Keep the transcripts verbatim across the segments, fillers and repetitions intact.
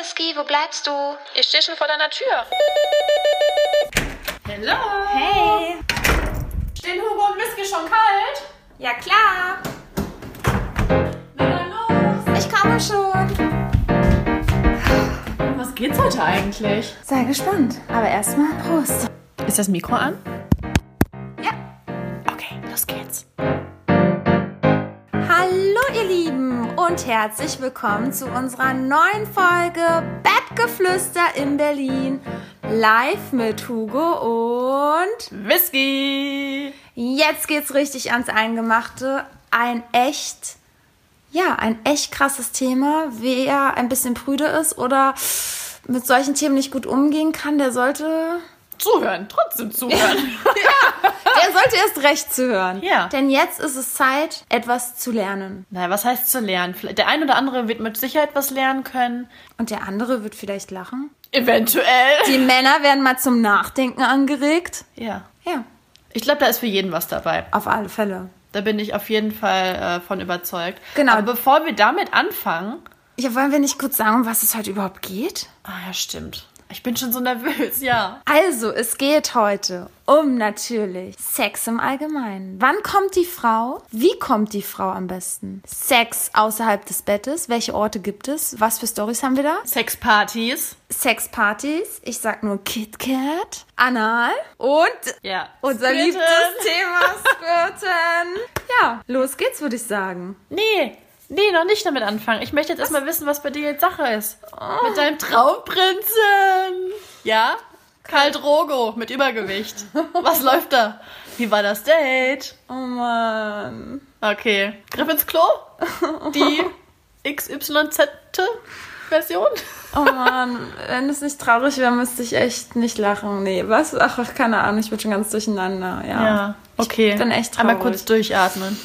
Whisky, wo bleibst du? Ich stehe schon vor deiner Tür. Hallo. Hey. Stehen Hugo und Whisky schon kalt? Ja, klar. Na dann los. Ich komme schon. Was geht's heute eigentlich? Sei gespannt. Aber erstmal Prost. Ist das Mikro an? Ja. Okay, los geht's. Hallo ihr Lieben und herzlich willkommen zu unserer neuen Folge Bettgeflüster in Berlin. Live mit Hugo und Whisky. Jetzt geht's richtig ans Eingemachte. Ein echt, ja, ein echt krasses Thema. Wer ein bisschen prüde ist oder mit solchen Themen nicht gut umgehen kann, der sollte... Zuhören, trotzdem zuhören. Ja, der sollte erst recht zuhören. Ja. Denn jetzt ist es Zeit, etwas zu lernen. Naja, was heißt zu lernen? Der ein oder andere wird mit Sicherheit was lernen können. Und der andere wird vielleicht lachen. Eventuell. Die Männer werden mal zum Nachdenken angeregt. Ja. Ja, Ich glaube, da ist für jeden was dabei. auf alle Fälle. Da bin ich auf jeden Fall äh, von überzeugt. Genau. Aber bevor wir damit anfangen... Ja, wollen wir nicht kurz sagen, um was es heute überhaupt geht? Ah ja, stimmt. Ich bin schon so nervös, ja. Also, es geht heute um natürlich Sex im Allgemeinen. Wann kommt die Frau? Wie kommt die Frau am besten? Sex außerhalb des Bettes? Welche Orte gibt es? Was für Storys haben wir da? Sexpartys. Sexpartys. Ich sag nur KitKat. Anal. Und Ja. unser Squirten. liebstes Thema Squirten. Ja, los geht's, würde ich sagen. Nee, nee, noch nicht damit anfangen. Ich möchte jetzt erstmal wissen, was bei dir jetzt Sache ist. Mit deinem Traumprinzen. Ja? Karl Drogo mit Übergewicht. Was läuft da? Wie war das Date? Oh Mann. Okay. Griff ins Klo? Die X Y Z-Version? Oh Mann, wenn es nicht traurig wäre, müsste ich echt nicht lachen. Nee, was? Ach, ach, keine Ahnung, ich bin schon ganz durcheinander. Ja, Ja, okay. Ich bin echt traurig. Einmal kurz durchatmen.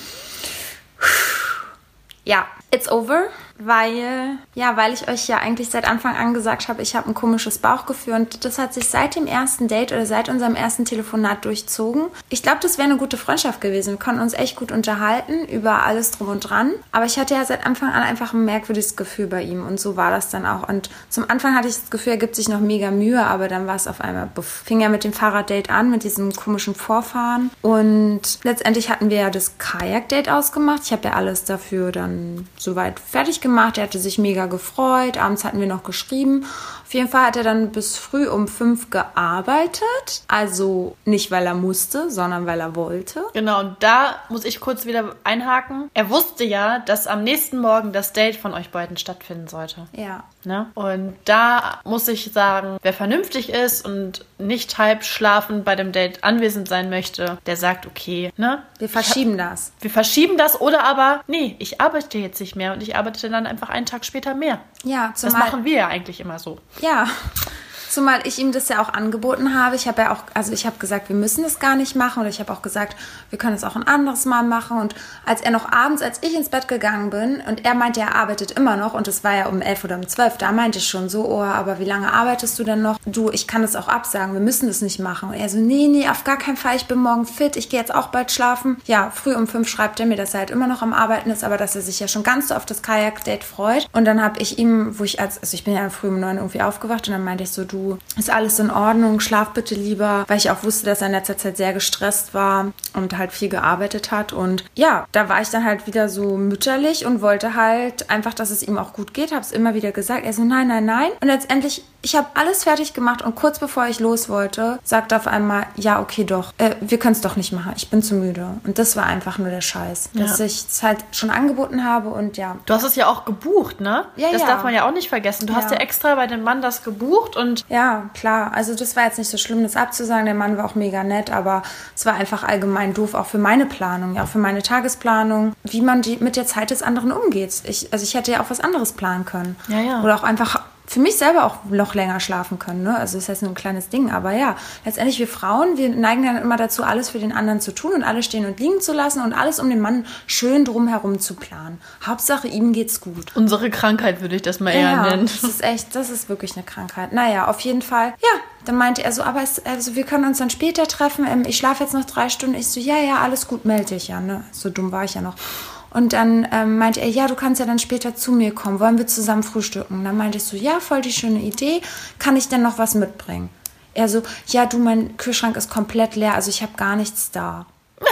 Ja, it's over, weil, ja, weil ich euch ja eigentlich seit Anfang an gesagt habe, ich habe ein komisches Bauchgefühl und das hat sich seit dem ersten Date oder seit unserem ersten Telefonat durchzogen. Ich glaube, das wäre eine gute Freundschaft gewesen. Wir konnten uns echt gut unterhalten über alles drum und dran, aber ich hatte ja seit Anfang an einfach ein merkwürdiges Gefühl bei ihm und so war das dann auch. Und zum Anfang hatte ich das Gefühl, er gibt sich noch mega Mühe, aber dann war es auf einmal, buff. Fing ja mit dem Fahrraddate an, mit diesem komischen Vorfahren und letztendlich hatten wir ja das Kajak-Date ausgemacht. Ich habe ja alles dafür dann soweit fertig gemacht. Er hatte sich mega gefreut. Abends hatten wir noch geschrieben. Auf jeden Fall hat er dann bis früh um fünf gearbeitet. Also nicht, weil er musste, sondern weil er wollte. Genau, und da muss ich kurz wieder einhaken. Er wusste ja, dass am nächsten Morgen das Date von euch beiden stattfinden sollte. Ja. Ne? Und da muss ich sagen, wer vernünftig ist und nicht halb schlafend bei dem Date anwesend sein möchte, der sagt, okay, ne? Wir verschieben das. Wir verschieben das oder aber, nee, ich arbeite jetzt nicht mehr und ich arbeite dann einfach einen Tag später mehr. Ja, Das zumal... machen wir ja eigentlich immer so. Ja, zumal ich ihm das ja auch angeboten habe. Ich habe ja auch, also ich habe gesagt, wir müssen das gar nicht machen. Oder ich habe auch gesagt, wir können es auch ein anderes Mal machen. Und als er noch abends, als ich ins Bett gegangen bin und er meinte, er arbeitet immer noch und es war ja um elf oder um zwölf, da meinte ich schon so, oh, aber wie lange arbeitest du denn noch? Du, ich kann das auch absagen, wir müssen das nicht machen. Und er so, nee, nee, auf gar keinen Fall, ich bin morgen fit, ich gehe jetzt auch bald schlafen. Ja, früh um fünf schreibt er mir, dass er halt immer noch am Arbeiten ist, aber dass er sich ja schon ganz so auf das Kajak-Date freut. Und dann habe ich ihm, wo ich als, also ich bin ja früh um neun irgendwie aufgewacht und dann meinte ich so, du, ist alles in Ordnung, schlaf bitte lieber, weil ich auch wusste, dass er in letzter Zeit sehr gestresst war und halt viel gearbeitet hat. Und ja, da war ich dann halt wieder so mütterlich und wollte halt einfach, dass es ihm auch gut geht, habe es immer wieder gesagt. Er so, nein, nein, nein. Und letztendlich, ich habe alles fertig gemacht und kurz bevor ich los wollte, sagte auf einmal, ja, okay, doch, äh, wir können es doch nicht machen, ich bin zu müde. Und das war einfach nur der Scheiß, Ja. dass ich es halt schon angeboten habe und ja. Du hast es ja auch gebucht, ne? Ja, das ja. darf man ja auch nicht vergessen. Du Ja. hast ja extra bei dem Mann das gebucht und Ja, klar. Also das war jetzt nicht so schlimm, das abzusagen. Der Mann war auch mega nett, aber es war einfach allgemein doof, auch für meine Planung, ja, auch für meine Tagesplanung, wie man die, mit der Zeit des anderen umgeht. Ich, also ich hätte ja auch was anderes planen können. Ja, ja. Oder auch einfach für mich selber auch noch länger schlafen können. Ne? Also das ist jetzt nur ein kleines Ding. Aber ja, letztendlich wir Frauen, wir neigen dann immer dazu, alles für den anderen zu tun und alles stehen und liegen zu lassen und alles um den Mann schön drumherum zu planen. Hauptsache, ihm geht's gut. unsere Krankheit würde ich das mal eher Ja, nennen. das ist echt, das ist wirklich eine Krankheit. Naja, auf jeden Fall, ja, dann meinte er so, aber es, also wir können uns dann später treffen, ähm, ich schlafe jetzt noch drei Stunden. Ich so, ja, ja, alles gut, melde dich ja, ne? So dumm war ich ja noch. Und dann ähm, meinte er, ja, du kannst ja dann später zu mir kommen. Wollen wir zusammen frühstücken? Und dann meinte ich so, ja, voll die schöne Idee. Kann ich denn noch was mitbringen? Er so, ja, du, mein Kühlschrank ist komplett leer, also ich habe gar nichts da.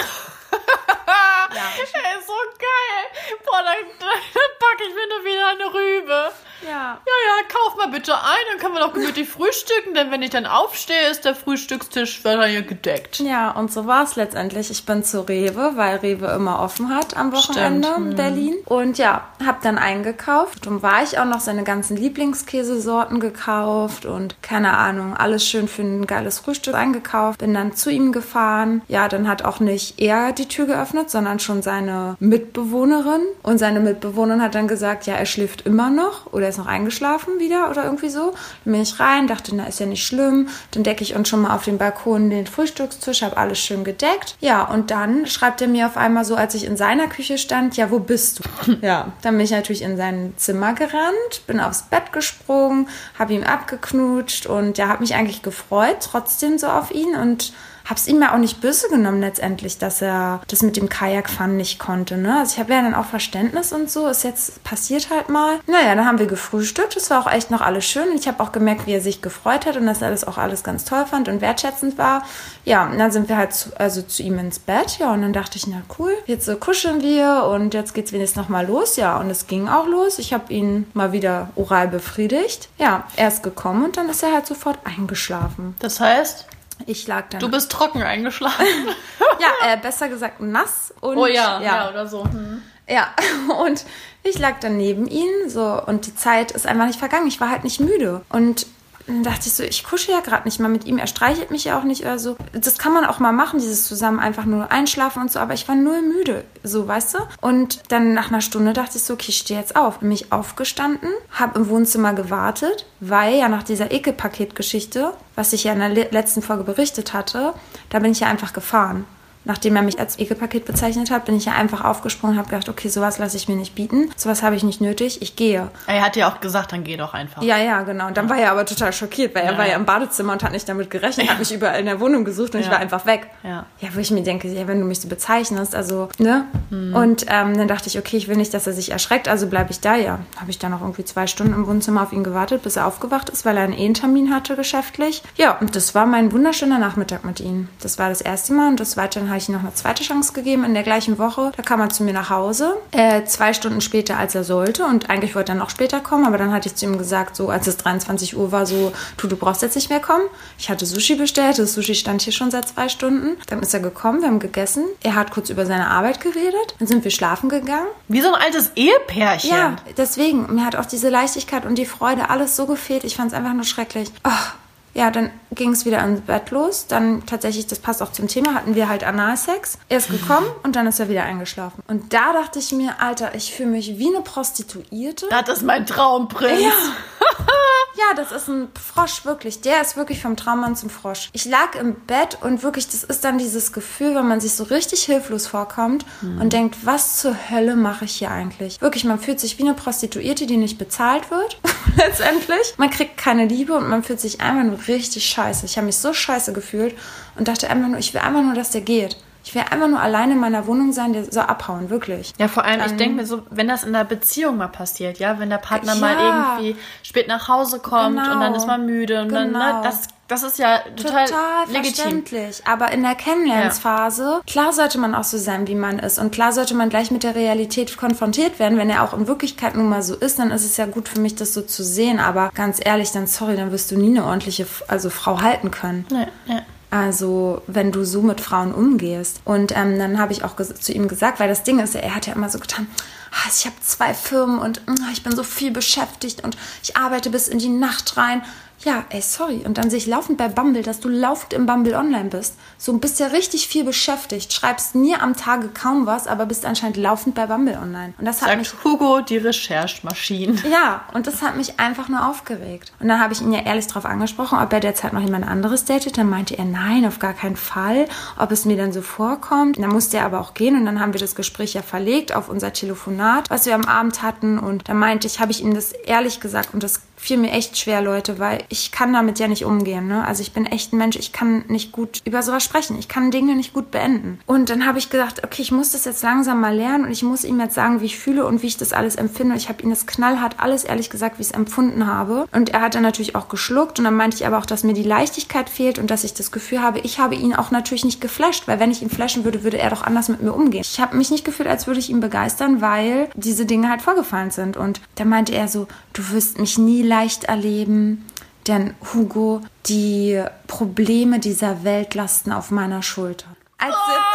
Ja. Ey, so geil. Boah, dann, dann packe ich mir nur wieder eine Rübe. Ja. Ja, ja, kauf mal bitte ein, dann können wir doch gemütlich frühstücken, denn wenn ich dann aufstehe, ist der Frühstückstisch wieder hier gedeckt. Ja, und so war es letztendlich. Ich bin zu Rewe, weil Rewe immer offen hat am Wochenende in Berlin. Und ja, hab dann eingekauft. Und war ich auch noch seine ganzen Lieblingskäsesorten gekauft und keine Ahnung, alles schön für ein geiles Frühstück eingekauft. Bin dann zu ihm gefahren. Ja, dann hat auch nicht er die Tür geöffnet, sondern schon seine Mitbewohnerin. Und seine Mitbewohnerin hat dann gesagt, ja, er schläft immer noch oder ist noch eingeschlafen wieder oder irgendwie so. Dann bin ich rein, dachte, na, ist ja nicht schlimm. Dann decke ich uns schon mal auf dem Balkon den Frühstückstisch, habe alles schön gedeckt. Ja, und dann schreibt er mir auf einmal so, als ich in seiner Küche stand, ja, wo bist du? Ja, dann bin ich natürlich in sein Zimmer gerannt, bin aufs Bett gesprungen, habe ihm abgeknutscht und ja, habe mich eigentlich gefreut, trotzdem so auf ihn und hab's ihm ja auch nicht böse genommen letztendlich, dass er das mit dem Kajakfahren nicht konnte, ne? Also ich habe ja dann auch Verständnis und so, ist jetzt passiert halt mal. Naja, dann haben wir gefrühstückt, das war auch echt noch alles schön und ich habe auch gemerkt, wie er sich gefreut hat und dass er das auch alles ganz toll fand und wertschätzend war. Ja, und dann sind wir halt zu, also zu ihm ins Bett, ja, und dann dachte ich, na cool, jetzt so kuscheln wir und jetzt geht's wenigstens noch mal los, ja, und es ging auch los. Ich habe ihn mal wieder oral befriedigt. Ja, er ist gekommen und dann ist er halt sofort eingeschlafen. Das heißt? Ich lag dann. Du bist trocken eingeschlafen. Ja, äh, besser gesagt nass. Und, oh ja, ja, ja, oder so. Hm. Ja, und ich lag dann neben ihm so und die Zeit ist einfach nicht vergangen. Ich war halt nicht müde. Und dann dachte ich so, ich kuschel ja gerade nicht mal mit ihm. Er streichelt mich ja auch nicht oder so. Das kann man auch mal machen, dieses zusammen einfach nur einschlafen und so. Aber ich war null müde, so, weißt du? Und dann nach einer Stunde dachte ich so, okay, ich stehe jetzt auf. Bin mich aufgestanden, habe im Wohnzimmer gewartet, weil ja nach dieser Ekelpaket-Geschichte, was ich ja in der le- letzten Folge berichtet hatte, da bin ich ja einfach gefahren. Nachdem er mich als Ekelpaket bezeichnet hat, bin ich ja einfach aufgesprungen und habe gedacht, okay, sowas lasse ich mir nicht bieten. Sowas habe ich nicht nötig, ich gehe. Er hat ja auch gesagt, dann geh doch einfach. Ja, ja, genau. Und dann ja. war er aber total schockiert, weil ja, er war ja im Badezimmer und hat nicht damit gerechnet, ja. hat mich überall in der Wohnung gesucht und ja. ich war einfach weg. Ja. ja, wo ich mir denke, ja, wenn du mich so bezeichnest, also, ne? Mhm. Und ähm, dann dachte ich, okay, ich will nicht, dass er sich erschreckt, also bleibe ich da, ja. Habe ich dann noch irgendwie zwei Stunden im Wohnzimmer auf ihn gewartet, bis er aufgewacht ist, weil er einen Ehentermin hatte, geschäftlich. Ja, und das war mein wunderschöner Nachmittag mit ihm. Das war das erste Mal und das zweite, dann habe ich ihm noch eine zweite Chance gegeben in der gleichen Woche. Da kam er zu mir nach Hause, äh, zwei Stunden später, als er sollte und eigentlich wollte er noch später kommen, aber dann hatte ich zu ihm gesagt, so als es dreiundzwanzig Uhr war, so, du, du brauchst jetzt nicht mehr kommen. Ich hatte Sushi bestellt, das Sushi stand hier schon seit zwei Stunden. Dann ist er gekommen, wir haben gegessen. Er hat kurz über seine Arbeit geredet, dann sind wir schlafen gegangen. Wie so ein altes Ehepärchen. Ja, deswegen, mir hat auch diese Leichtigkeit und die Freude alles so gefehlt. Ich fand es einfach nur schrecklich. Oh. Ja, dann ging es wieder ins Bett los. Dann tatsächlich, das passt auch zum Thema, hatten wir halt Analsex. Er ist gekommen und dann ist er wieder eingeschlafen. Und da dachte ich mir, Alter, ich fühle mich wie eine Prostituierte. Das ist mein Traumprinz. Ja. Ja, das ist ein Frosch, wirklich. Der ist wirklich vom Traummann zum Frosch. Ich lag im Bett und wirklich, das ist dann dieses Gefühl, wenn man sich so richtig hilflos vorkommt hm. und denkt, was zur Hölle mache ich hier eigentlich? Wirklich, man fühlt sich wie eine Prostituierte, die nicht bezahlt wird, letztendlich. Man kriegt keine Liebe und man fühlt sich einfach nur richtig scheiße. Ich habe mich so scheiße gefühlt und dachte einfach nur, ich will einfach nur, dass der geht. Ich will einfach nur alleine in meiner Wohnung sein, der soll abhauen, wirklich. Ja, vor allem, Dann, ich denke mir so, wenn das in der Beziehung mal passiert, ja, wenn der Partner ja, mal irgendwie spät nach Hause kommt genau, und dann ist man müde und genau. dann, ne, das, das ist ja total, total legitim. Verständlich. Aber in der Kennenlernphase, ja. klar sollte man auch so sein, wie man ist. Und klar sollte man gleich mit der Realität konfrontiert werden. Wenn er auch in Wirklichkeit nun mal so ist, dann ist es ja gut für mich, das so zu sehen. Aber ganz ehrlich, dann sorry, dann wirst du nie eine ordentliche also Frau halten können. Ja, ja. Also, wenn du so mit Frauen umgehst. Und ähm, dann habe ich auch ges- zu ihm gesagt, weil das Ding ist, er hat ja immer so getan, ah, ich habe zwei Firmen und ah, ich bin so viel beschäftigt und ich arbeite bis in die Nacht rein. Ja, ey, sorry. Und dann sehe ich laufend bei Bumble, dass du laufend im Bumble online bist. So bist ja richtig viel beschäftigt, schreibst nie am Tage kaum was, aber bist anscheinend laufend bei Bumble online. Und das hat Sagt mich Hugo, die Recherchemaschine. Ja, und das hat mich einfach nur aufgeregt. Und dann habe ich ihn ja ehrlich darauf angesprochen, ob er derzeit noch jemand anderes datet. Dann meinte er, nein, auf gar keinen Fall. Ob es mir dann so vorkommt. Dann musste er aber auch gehen und dann haben wir das Gespräch ja verlegt auf unser Telefonat, was wir am Abend hatten. Und dann meinte ich, habe ich ihm das ehrlich gesagt und das fiel mir echt schwer, Leute, weil ich kann damit ja nicht umgehen, ne? Also ich bin echt ein Mensch, ich kann nicht gut über sowas sprechen. Ich kann Dinge nicht gut beenden. Und dann habe ich gedacht, okay, ich muss das jetzt langsam mal lernen und ich muss ihm jetzt sagen, wie ich fühle und wie ich das alles empfinde. Und ich habe ihm das knallhart alles ehrlich gesagt, wie ich es empfunden habe. Und er hat dann natürlich auch geschluckt und dann meinte ich aber auch, dass mir die Leichtigkeit fehlt und dass ich das Gefühl habe, ich habe ihn auch natürlich nicht geflasht, weil wenn ich ihn flashen würde, würde er doch anders mit mir umgehen. Ich habe mich nicht gefühlt, als würde ich ihn begeistern, weil diese Dinge halt vorgefallen sind. Und dann meinte er so, du wirst mich nie leicht erleben, denn Hugo, die Probleme dieser Welt lasten auf meiner Schulter. Als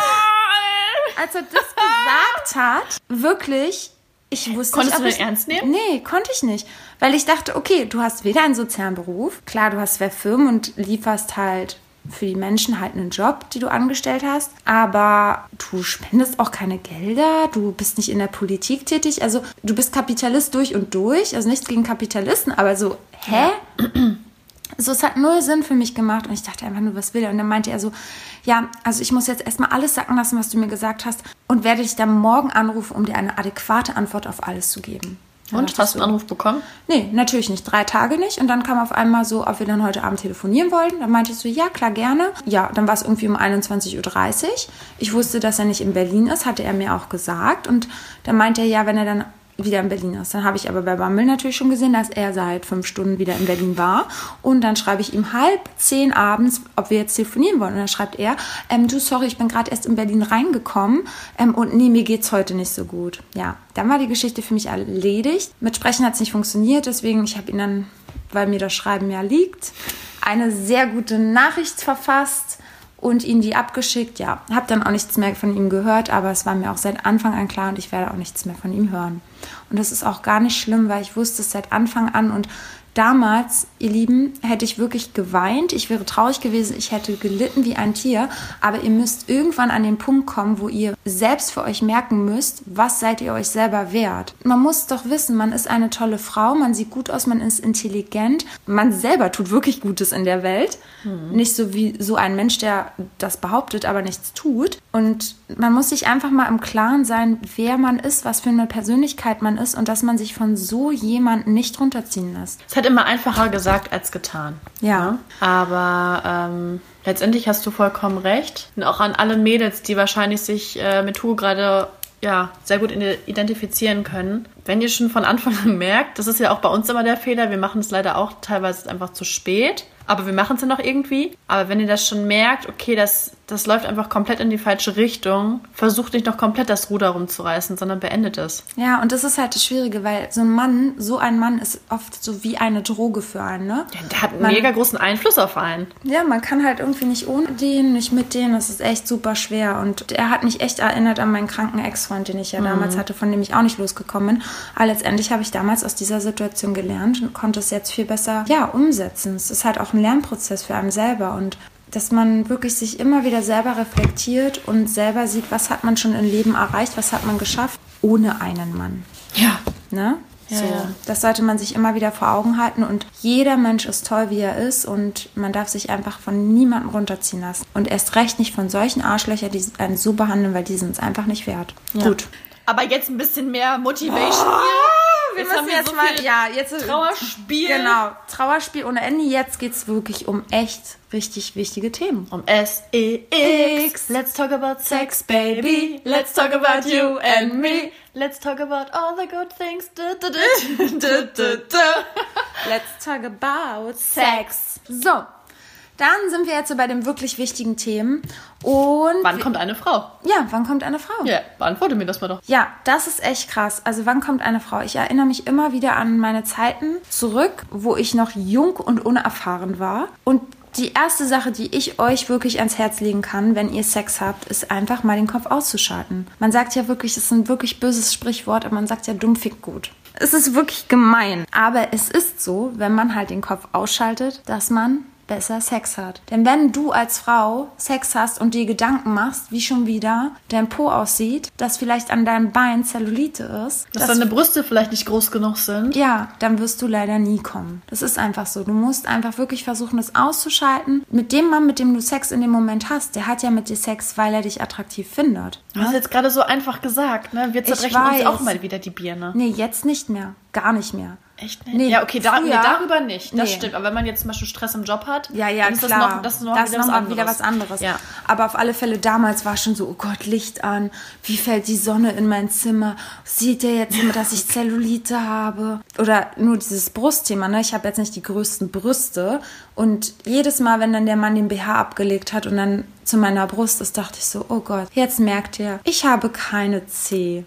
er, als er das gesagt hat, wirklich, ich wusste Konntest nicht, du den ernst nehmen? Nee, konnte ich nicht. Weil ich dachte, okay, du hast weder einen sozialen Beruf, klar, du hast zwei Firmen und lieferst halt für die Menschen halt einen Job, die du angestellt hast, aber du spendest auch keine Gelder, du bist nicht in der Politik tätig, also du bist Kapitalist durch und durch, also nichts gegen Kapitalisten, aber so, hä? Ja. So, es hat null Sinn für mich gemacht und ich dachte einfach nur, was will er? Und dann meinte er so, ja, also ich muss jetzt erstmal alles sacken lassen, was du mir gesagt hast und werde dich dann morgen anrufen, um dir eine adäquate Antwort auf alles zu geben. Und, hast du einen Anruf bekommen? Nee, natürlich nicht. Drei Tage nicht. Und dann kam auf einmal so, ob wir dann heute Abend telefonieren wollten. Dann meinte ich so, ja, klar, gerne. Ja, dann war es irgendwie um einundzwanzig Uhr dreißig. Ich wusste, dass er nicht in Berlin ist, hatte er mir auch gesagt. Und dann meinte er, ja, wenn er dann wieder in Berlin ist. Dann habe ich aber bei Bumble natürlich schon gesehen, dass er seit fünf Stunden wieder in Berlin war. Und dann schreibe ich ihm halb zehn abends, ob wir jetzt telefonieren wollen. Und dann schreibt er, ähm, du, sorry, ich bin gerade erst in Berlin reingekommen ähm, und nee, mir geht's heute nicht so gut. Ja, dann war die Geschichte für mich erledigt. Mit Sprechen hat es nicht funktioniert, deswegen, ich habe ihn dann, weil mir das Schreiben ja liegt, eine sehr gute Nachricht verfasst und ihm die abgeschickt. Ja, habe dann auch nichts mehr von ihm gehört, aber es war mir auch seit Anfang an klar und ich werde auch nichts mehr von ihm hören. Und das ist auch gar nicht schlimm, weil ich wusste es seit Anfang an und damals, ihr Lieben, hätte ich wirklich geweint, ich wäre traurig gewesen, ich hätte gelitten wie ein Tier, aber ihr müsst irgendwann an den Punkt kommen, wo ihr selbst für euch merken müsst, was seid ihr euch selber wert. Man muss doch wissen, man ist eine tolle Frau, man sieht gut aus, man ist intelligent, man selber tut wirklich Gutes in der Welt, mhm. Nicht so wie so ein Mensch, der das behauptet, aber nichts tut. Und man muss sich einfach mal im Klaren sein, wer man ist, was für eine Persönlichkeit man ist und dass man sich von so jemandem nicht runterziehen lässt. Es hat immer einfacher gesagt als getan. Ja. Aber ähm, letztendlich hast du vollkommen recht. Und auch an alle Mädels, die wahrscheinlich sich äh, mit Hugo gerade ja, sehr gut identifizieren können. Wenn ihr schon von Anfang an merkt, das ist ja auch bei uns immer der Fehler, wir machen es leider auch teilweise einfach zu spät, aber wir machen es ja noch irgendwie. Aber wenn ihr das schon merkt, okay, das, das läuft einfach komplett in die falsche Richtung, versucht nicht noch komplett das Ruder rumzureißen, sondern beendet es. Ja, und das ist halt das Schwierige, weil so ein Mann, so ein Mann ist oft so wie eine Droge für einen, ne? Ja, der hat einen man, mega großen Einfluss auf einen. Ja, man kann halt irgendwie nicht ohne den, nicht mit denen, das ist echt super schwer. Und er hat mich echt erinnert an meinen kranken Ex-Freund, den ich ja mhm. damals hatte, von dem ich auch nicht losgekommen bin. Aber letztendlich habe ich damals aus dieser Situation gelernt und konnte es jetzt viel besser, ja, umsetzen. Es ist halt auch ein Lernprozess für einen selber und dass man wirklich sich immer wieder selber reflektiert und selber sieht, was hat man schon im Leben erreicht, was hat man geschafft, ohne einen Mann. Ja. Ne? Ja, so, ja. Das sollte man sich immer wieder vor Augen halten und jeder Mensch ist toll, wie er ist und man darf sich einfach von niemandem runterziehen lassen. Und erst recht nicht von solchen Arschlöchern, die einen so behandeln, weil die sind es einfach nicht wert. Ja. Gut. Aber jetzt ein bisschen mehr Motivation oh, hier. Wir jetzt müssen haben wir jetzt so mal, viel ja, jetzt Trauerspiel. Genau, Trauerspiel ohne Ende. Jetzt geht es wirklich um echt richtig wichtige Themen. Um S E X. Let's talk about sex, baby. Let's talk about you and me. Let's talk about all the good things. Du, du, du, du, du, du. Let's talk about sex. So, dann sind wir jetzt so bei den wirklich wichtigen Themen. Und wann kommt eine Frau? Ja, wann kommt eine Frau? Ja, beantworte mir das mal doch. Ja, das ist echt krass. Also wann kommt eine Frau? Ich erinnere mich immer wieder an meine Zeiten zurück, wo ich noch jung und unerfahren war. Und die erste Sache, die ich euch wirklich ans Herz legen kann, wenn ihr Sex habt, ist einfach mal den Kopf auszuschalten. Man sagt ja wirklich, das ist ein wirklich böses Sprichwort, aber man sagt ja, dumm fickt gut. Es ist wirklich gemein. Aber es ist so, wenn man halt den Kopf ausschaltet, dass man besser Sex hat. Denn wenn du als Frau Sex hast und dir Gedanken machst, wie schon wieder dein Po aussieht, dass vielleicht an deinem Bein Zellulite ist, dass, dass deine Brüste vielleicht nicht groß genug sind, ja, dann wirst du leider nie kommen. Das ist einfach so. Du musst einfach wirklich versuchen, das auszuschalten. Mit dem Mann, mit dem du Sex in dem Moment hast, der hat ja mit dir Sex, weil er dich attraktiv findet. Du hast jetzt gerade so einfach gesagt, ne? Wir zerbrechen uns auch mal wieder die Birne. Nee, jetzt nicht mehr. Gar nicht mehr. Echt nicht? Nee, ja, okay, da, nee, früher- darüber nicht. Das Nee. stimmt. Aber wenn man jetzt zum Beispiel Stress im Job hat, Ja, ja, dann ist klar. das noch, das ist noch das wieder, ist noch was mal anderes. wieder was anderes. Ja. Aber auf alle Fälle damals war schon so, oh Gott, Licht an. Wie fällt die Sonne in mein Zimmer? Sieht der jetzt immer, dass ich Zellulite habe? Oder nur dieses Brustthema, ne? Ich habe jetzt nicht die größten Brüste. Und jedes Mal, wenn dann der Mann den B H abgelegt hat und dann zu meiner Brust ist, dachte ich so, oh Gott, jetzt merkt ihr, ich habe keine C.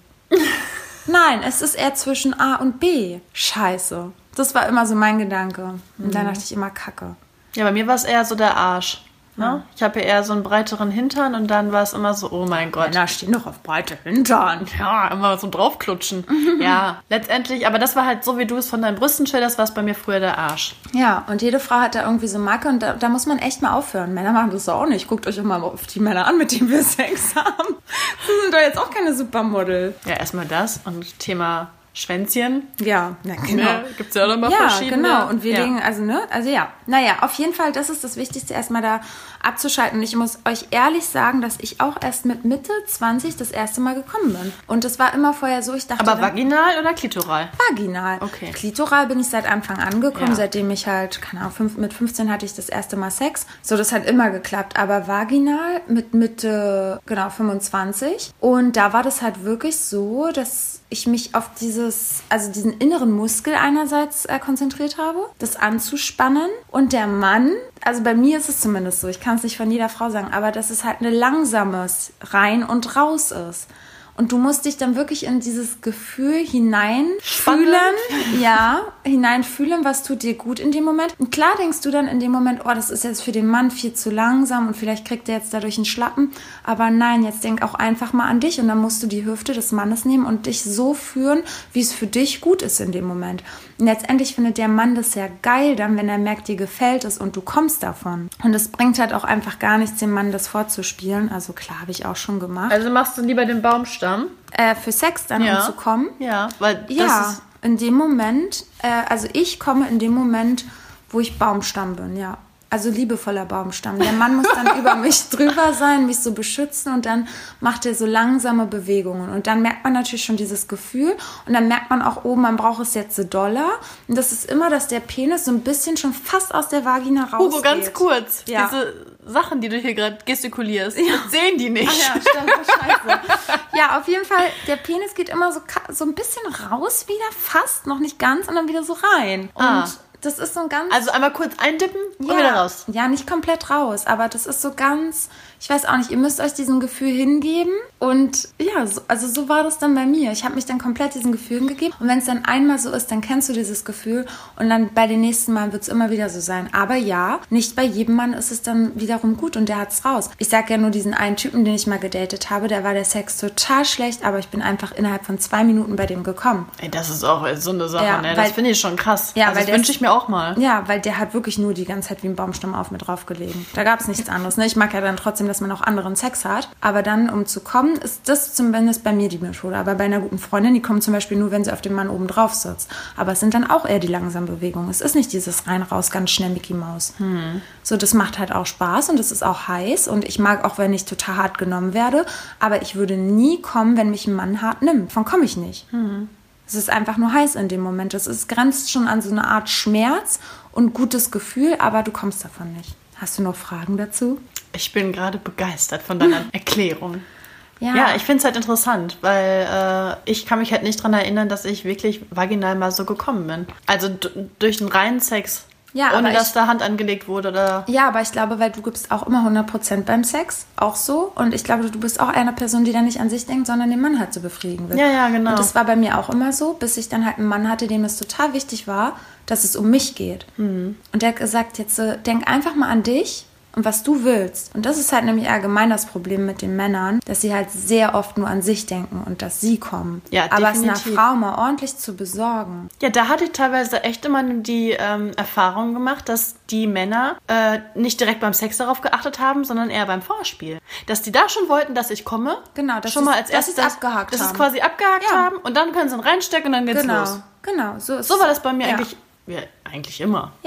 Nein, es ist eher zwischen A und B. Scheiße. Das war immer so mein Gedanke. Und dann dachte ich immer, Kacke. Ja, bei mir war es eher so der Arsch. Ne? Ja. Ich habe ja eher so einen breiteren Hintern und dann war es immer so, oh mein Gott. Männer stehen doch auf breite Hintern. Ja, immer so draufklutschen. Ja, letztendlich, aber das war halt so, wie du es von deinen Brüsten schilderst, war es bei mir früher der Arsch. Ja, und jede Frau hat da irgendwie so Marke und da, da muss man echt mal aufhören. Männer machen das auch nicht. Guckt euch immer auf die Männer an, mit denen wir Sex haben. Das sind doch jetzt auch keine Supermodel. Ja, erstmal das und Thema Schwänzchen. Ja, na genau. Ne? Gibt's ja auch noch mal Ja, verschiedene. genau. Und wir ja. legen, also ne, also ja. Naja, auf jeden Fall, das ist das Wichtigste, erstmal da abzuschalten. Und ich muss euch ehrlich sagen, dass ich auch erst mit Mitte zwanzig das erste Mal gekommen bin. Und das war immer vorher so, ich dachte... Aber dann, vaginal oder klitoral? Vaginal. Okay. Klitoral bin ich seit Anfang an gekommen, Ja. seitdem ich halt, keine Ahnung, fünf, mit fünfzehn hatte ich das erste Mal Sex. So, das hat immer geklappt. Aber vaginal mit Mitte, genau, fünfundzwanzig. Und da war das halt wirklich so, dass ich mich auf dieses, also diesen inneren Muskel einerseits äh, konzentriert habe, das anzuspannen. Und der Mann, also bei mir ist es zumindest so, ich kann es nicht von jeder Frau sagen, aber dass es halt ein langsames Rein und Raus ist. Und du musst dich dann wirklich in dieses Gefühl hineinfühlen. Ja, hineinfühlen, was tut dir gut in dem Moment. Und klar denkst du dann in dem Moment, oh, das ist jetzt für den Mann viel zu langsam und vielleicht kriegt er jetzt dadurch einen Schlappen. Aber nein, jetzt denk auch einfach mal an dich und dann musst du die Hüfte des Mannes nehmen und dich so führen, wie es für dich gut ist in dem Moment. Und letztendlich findet der Mann das ja geil dann, wenn er merkt, dir gefällt es und du kommst davon. Und es bringt halt auch einfach gar nichts, dem Mann das vorzuspielen. Also klar, habe ich auch schon gemacht. Also machst du lieber den Baumstamm? Äh, für Sex dann Ja. umzukommen. Ja, weil das Ja, ist... in dem Moment, äh, also ich komme in dem Moment, wo ich Baumstamm bin, ja. Also liebevoller Baumstamm. Der Mann muss dann über mich drüber sein, mich so beschützen und dann macht er so langsame Bewegungen. Und dann merkt man natürlich schon dieses Gefühl und dann merkt man auch oben, man braucht es jetzt so doller. Und das ist immer, dass der Penis so ein bisschen schon fast aus der Vagina rausgeht. Hugo, ganz kurz. Ja. Diese Sachen, die du hier gerade gestikulierst, das sehen die nicht. Ach ja, stimmt, scheiße. Ja, auf jeden Fall, der Penis geht immer so, ka- so ein bisschen raus wieder, fast, noch nicht ganz, und dann wieder so rein. Und Ah. das ist so ein ganz... Also einmal kurz eindippen und ja, wieder raus. Ja, nicht komplett raus, aber das ist so ganz, ich weiß auch nicht, ihr müsst euch diesem Gefühl hingeben und ja, so, also so war das dann bei mir. Ich habe mich dann komplett diesen Gefühlen gegeben und wenn es dann einmal so ist, dann kennst du dieses Gefühl und dann bei den nächsten Mal wird es immer wieder so sein. Aber ja, nicht bei jedem Mann ist es dann wiederum gut und der hat's raus. Ich sag ja nur diesen einen Typen, den ich mal gedatet habe, da war der Sex total schlecht, aber ich bin einfach innerhalb von zwei Minuten bei dem gekommen. Ey, das ist auch so eine Sache, Ja, ne? weil- Das finde ich schon krass. Ja, also weil das der wünsche ist- ich mir auch mal. Ja, weil der hat wirklich nur die ganze Zeit wie ein Baumstamm auf mir draufgelegen. Da gab es nichts anderes. Ne? Ich mag ja dann trotzdem, dass man auch anderen Sex hat. Aber dann, um zu kommen, ist das zumindest bei mir die Methode. Aber bei einer guten Freundin, die kommt zum Beispiel nur, wenn sie auf dem Mann oben drauf sitzt. Aber es sind dann auch eher die langsamen Bewegungen. Es ist nicht dieses rein, raus, ganz schnell Mickey Maus. Hm. So, das macht halt auch Spaß und es ist auch heiß. Und ich mag auch, wenn ich total hart genommen werde. Aber ich würde nie kommen, wenn mich ein Mann hart nimmt. Davon komme ich nicht. Hm. Es ist einfach nur heiß in dem Moment. Es ist, grenzt schon an so eine Art Schmerz und gutes Gefühl, aber du kommst davon nicht. Hast du noch Fragen dazu? Ich bin gerade begeistert von deiner Erklärung. Ja, Ja, ich finde es halt interessant, weil äh, ich kann mich halt nicht dran erinnern, dass ich wirklich vaginal mal so gekommen bin. Also d- durch einen reinen Sex. Ja, ohne aber dass ich- da Hand angelegt wurde oder... Ja, aber ich glaube, weil du gibst auch immer hundert Prozent beim Sex, auch so. Und ich glaube, du bist auch eine Person, die dann nicht an sich denkt, sondern den Mann halt so befriedigen will. Ja, ja, genau. Und das war bei mir auch immer so, bis ich dann halt einen Mann hatte, dem es total wichtig war, dass es um mich geht. Mhm. Und der hat gesagt, jetzt äh, denk einfach mal an dich und was du willst. Und das ist halt nämlich allgemein das Problem mit den Männern, dass sie halt sehr oft nur an sich denken und dass sie kommen. Ja, aber es einer definitiv. Frau mal ordentlich zu besorgen. Ja, da hatte ich teilweise echt immer die ähm, Erfahrung gemacht, dass die Männer äh, nicht direkt beim Sex darauf geachtet haben, sondern eher beim Vorspiel. Dass die da schon wollten, dass ich komme. Genau, dass schon sie's- mal als dass erstes sie's abgehakt dass haben. es quasi abgehakt Ja. haben und dann können sie ihn reinstecken und dann geht's Genau, los. genau. So, ist So war das bei mir ja. eigentlich, ja, eigentlich immer. Ja,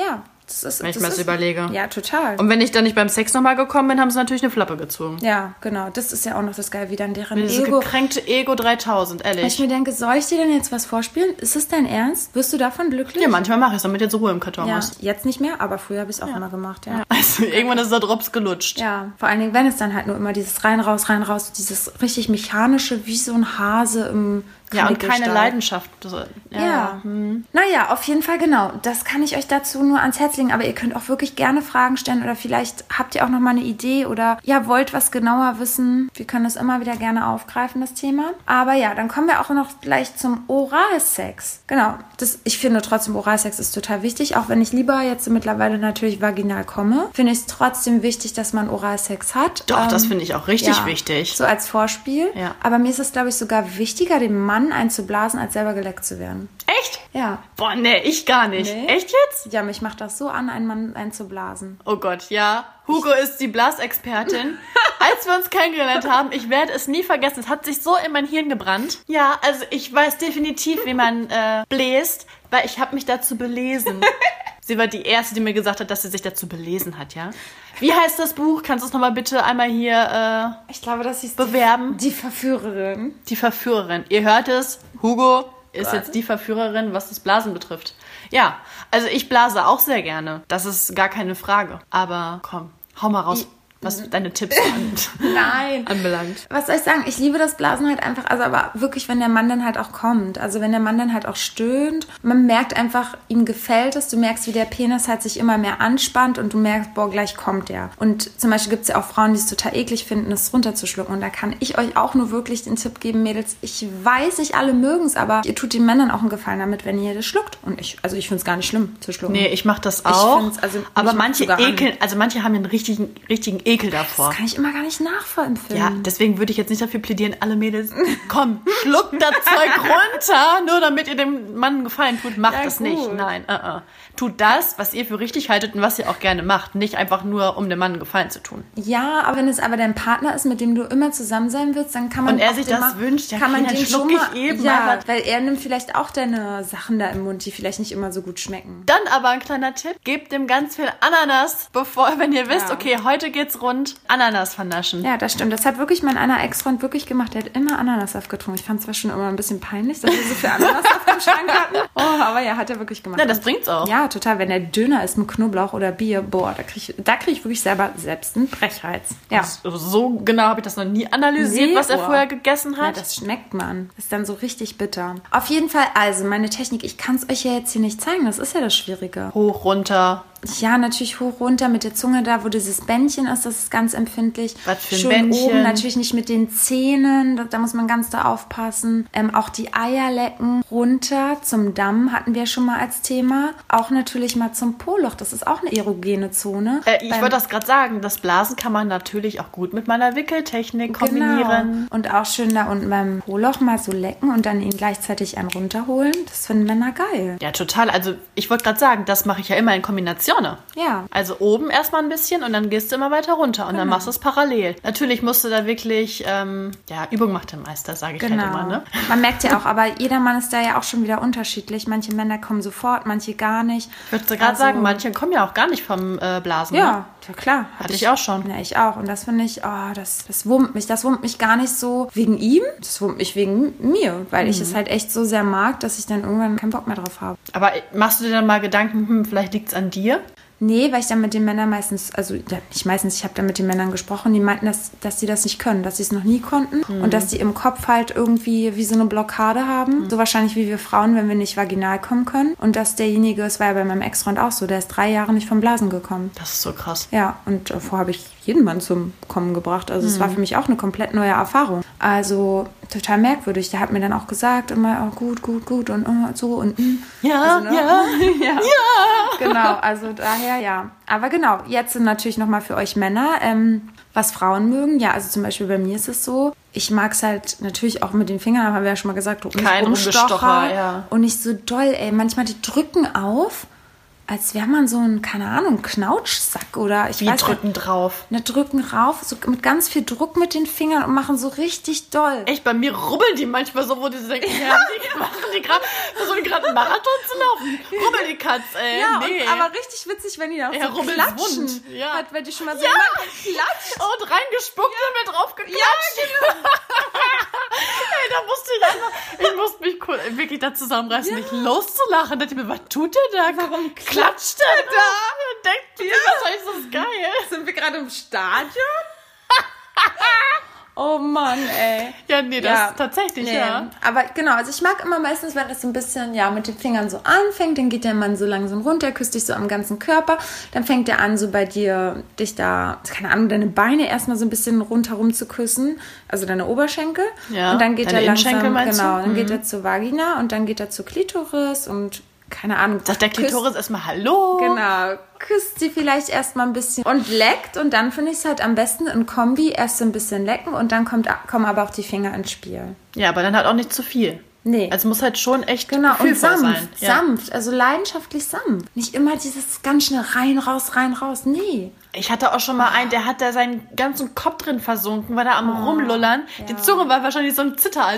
Das ist, wenn ich das mir das ist, überlege. Ja, total. Und wenn ich dann nicht beim Sex nochmal gekommen bin, haben sie natürlich eine Flappe gezogen. Ja, genau. Das ist ja auch noch das Geile, wie dann deren Dieses Ego... gekränkte Ego dreitausend, ehrlich. Weil ich mir denke, soll ich dir denn jetzt was vorspielen? Ist es dein Ernst? Wirst du davon glücklich? Ja, manchmal mache ich es, damit jetzt Ruhe im Karton Ja, ist. jetzt nicht mehr, aber früher habe ich es auch immer gemacht, ja. Ja. Also irgendwann ist der Drops gelutscht. Ja, vor allen Dingen, wenn es dann halt nur immer dieses rein, raus, rein, raus, dieses richtig mechanische, wie so ein Hase im Ja, und keine Kanickelstall. Leidenschaft. So, Ja. ja. Hm. Naja, auf jeden Fall genau. Das kann ich euch dazu nur ans Herz legen. Aber ihr könnt auch wirklich gerne Fragen stellen oder vielleicht habt ihr auch noch mal eine Idee oder ja, wollt was genauer wissen. Wir können das immer wieder gerne aufgreifen, das Thema. Aber ja, dann kommen wir auch noch gleich zum Oralsex. Genau. Das, ich finde trotzdem, Oralsex ist total wichtig. Auch wenn ich lieber jetzt mittlerweile natürlich vaginal komme, finde ich es trotzdem wichtig, dass man Oralsex hat. Doch, Ähm, das finde ich auch richtig ja, wichtig. So als Vorspiel. Ja. Aber mir ist es, glaube ich, sogar wichtiger, dem Mann einzublasen, als selber geleckt zu werden. Echt? Ja. Boah, nee, ich gar nicht. Nee? Echt jetzt? Ja, mich macht das so an, einen Mann einzublasen. Oh Gott, ja. Hugo ist die Blasexpertin. Als wir uns kennengelernt haben, ich werde es nie vergessen, es hat sich so in mein Hirn gebrannt. Ja, also ich weiß definitiv, wie man äh, bläst, weil ich habe mich dazu belesen. Sie war die Erste, die mir gesagt hat, dass sie sich dazu belesen hat, ja. Wie heißt das Buch? Kannst du es nochmal bitte einmal hier äh, Ich glaube, das ist bewerben? Die, die Verführerin. Die Verführerin. Ihr hört es, Hugo ist Gott. jetzt die Verführerin, was das Blasen betrifft. Ja, also ich blase auch sehr gerne. Das ist gar keine Frage. Aber komm, hau mal raus, was deine Tipps an, Nein. anbelangt. Was soll ich sagen? Ich liebe das Blasen halt einfach, also aber wirklich, wenn der Mann dann halt auch kommt. Also wenn der Mann dann halt auch stöhnt. Man merkt einfach, ihm gefällt es. Du merkst, wie der Penis halt sich immer mehr anspannt und du merkst, boah, gleich kommt der. Und zum Beispiel gibt es ja auch Frauen, die es total eklig finden, das runterzuschlucken. Und da kann ich euch auch nur wirklich den Tipp geben, Mädels, ich weiß, nicht alle mögen es, aber ihr tut den Männern auch einen Gefallen damit, wenn ihr das schluckt. Und ich, also ich finde es gar nicht schlimm zu schlucken. Nee, ich mach das auch. find's, also, aber mich manche macht's sogar ekeln, also manche haben einen richtigen, richtigen Ekel davor. Das kann ich immer gar nicht nachvollziehen. Ja, deswegen würde ich jetzt nicht dafür plädieren, alle Mädels, komm, schluckt das Zeug runter, nur damit ihr dem Mann einen Gefallen tut. Macht Ja, das gut. nicht. Nein, uh -uh. Tut das, was ihr für richtig haltet und was ihr auch gerne macht. Nicht einfach nur, um dem Mann einen Gefallen zu tun. Ja, aber wenn es aber dein Partner ist, mit dem du immer zusammen sein willst, dann kann man Und er auch sich den das mal, wünscht, ja, kann man okay, dann den schluck schon ich mal, eben ja, mal was. weil er nimmt vielleicht auch deine Sachen da im Mund, die vielleicht nicht immer so gut schmecken. Dann aber ein kleiner Tipp, gebt dem ganz viel Ananas, bevor, wenn ihr wisst, Ja. okay, heute geht's rund, Ananas vernaschen. Ja, das stimmt. Das hat wirklich mein einer Ex-Freund wirklich gemacht. Der hat immer Ananassaft getrunken. Ich fand es zwar schon immer ein bisschen peinlich, dass wir so viel Ananassaft im Schrank hatten. Oh, aber ja, hat er wirklich gemacht. Ja, das bringt's auch. Ja, total. Wenn der Döner ist mit Knoblauch oder Bier, boah, da kriege ich, da krieg ich wirklich selber selbst einen Brechreiz. Ja. So genau habe ich das noch nie analysiert, Nee, was er boah. vorher gegessen Ja, hat. das schmeckt man. Ist dann so richtig bitter. Auf jeden Fall, also meine Technik, ich kann es euch ja jetzt hier nicht zeigen. Das ist ja das Schwierige. Hoch, runter. Ja, natürlich hoch runter mit der Zunge da, wo dieses Bändchen ist, das ist ganz empfindlich. Was für ein Schön Bändchen? oben, natürlich nicht mit den Zähnen, da, da muss man ganz da aufpassen. Ähm, auch die Eier lecken runter zum Damm hatten wir schon mal als Thema. Auch natürlich mal zum Po-Loch, das ist auch eine erogene Zone. Äh, ich Beim- wollte das gerade sagen, das Blasen kann man natürlich auch gut mit meiner Wickeltechnik kombinieren. Genau. Und auch schön da unten beim Po-Loch mal so lecken und dann ihn gleichzeitig einen runterholen. Das finden Männer geil. Ja, total. Also ich wollte gerade sagen, das mache ich ja immer in Kombination. Ja. Also oben erstmal ein bisschen und dann gehst du immer weiter runter und dann Genau. machst du es parallel. Natürlich musst du da wirklich, ähm, ja, Übung macht den Meister, sage ich Genau. halt immer, ne? Man merkt ja auch, aber jeder Mann ist da ja auch schon wieder unterschiedlich. Manche Männer kommen sofort, manche gar nicht. Ich würde gerade Also- sagen, manche kommen ja auch gar nicht vom äh, Blasen. Ja, Ne? ja klar. Hatte ich auch schon. Ja, ich auch. Und das finde ich, oh, das, das wurmt mich. Das wurmt mich gar nicht so wegen ihm, das wurmt mich wegen mir, weil Mhm. ich es halt echt so sehr mag, dass ich dann irgendwann keinen Bock mehr drauf habe. Aber machst du dir dann mal Gedanken, hm, vielleicht liegt es an dir? Nee, weil ich dann mit den Männern meistens, also ja, nicht meistens, ich habe dann mit den Männern gesprochen, die meinten, dass, dass sie das nicht können, dass sie es noch nie konnten und dass die im Kopf halt irgendwie wie so eine Blockade haben. So wahrscheinlich wie wir Frauen, wenn wir nicht vaginal kommen können. Und dass derjenige, es war ja bei meinem Ex-Freund auch so, der ist drei Jahre nicht vom Blasen gekommen. Das ist so krass. Ja, und davor habe ich jeden Mann zum Kommen gebracht. Also es war für mich auch eine komplett neue Erfahrung. Also total merkwürdig. Der hat mir dann auch gesagt, immer oh, gut, gut, gut und oh, so und mm. Ja, Also, ne? ja. ja. Genau, also daher ja. Aber genau, jetzt sind natürlich nochmal für euch Männer, ähm, was Frauen mögen. Ja, also zum Beispiel bei mir ist es so, ich mag es halt natürlich auch mit den Fingern, haben wir ja schon mal gesagt, nicht Kein Rumstocher Rumgestocher, ja. und nicht so doll, ey. Manchmal die drücken auf. als wäre man so ein, keine Ahnung, Knautschsack oder ich Wie weiß drücken drauf. Ne, drücken rauf, so mit ganz viel Druck mit den Fingern und machen so richtig doll. Echt, bei mir rubbeln die manchmal so, wo die so denken, ja, die machen die gerade, versuchen die gerade einen Marathon zu laufen. Rubbel die Katz, ey. Ja, nee. und, aber richtig witzig, wenn die auch Ja, so rubbel's klatschen. wund. Ja. Hat, wenn die schon mal so Ja. klatscht. Und reingespuckt und mir drauf geklatscht. Ja, genau. Ey, da musste ich einfach, ich musste mich cool, wirklich da zusammenreißen, nicht loszulachen. Da dachte ich mir, was tut der da? Warum klatscht der da? Denkt ihr, wahrscheinlich ist das geil. Sind wir gerade im Stadion? Oh Mann, ey. Ja, nee, das Ja. tatsächlich, Nee. ja. Aber genau, also ich mag immer meistens, wenn es so ein bisschen, ja, mit den Fingern so anfängt, dann geht der Mann so langsam runter, küsst dich so am ganzen Körper, dann fängt er an, so bei dir, dich da, keine Ahnung, deine Beine erstmal so ein bisschen rundherum zu küssen, also deine Oberschenkel. Ja, Und dann geht deine er langsam, Innenschenkel meinst du? genau, dann Mhm. geht er zur Vagina und dann geht er zur Klitoris und keine Ahnung. Sagt der küsst- Klitoris erstmal Hallo. Genau, küsst sie vielleicht erstmal ein bisschen und leckt und dann finde ich es halt am besten in Kombi erst so ein bisschen lecken und dann kommt, kommen aber auch die Finger ins Spiel. Ja, aber dann halt auch nicht zu viel. Nee. Also muss halt schon echt Genau, und gefühlvoll sanft, sein. Ja. sanft, also leidenschaftlich sanft. Nicht immer dieses ganz schnell rein, raus, rein, raus, nee. Ich hatte auch schon mal einen, der hat da seinen ganzen Kopf drin versunken, war da am Rumlullern. Die Zunge war wahrscheinlich so ein Zitter.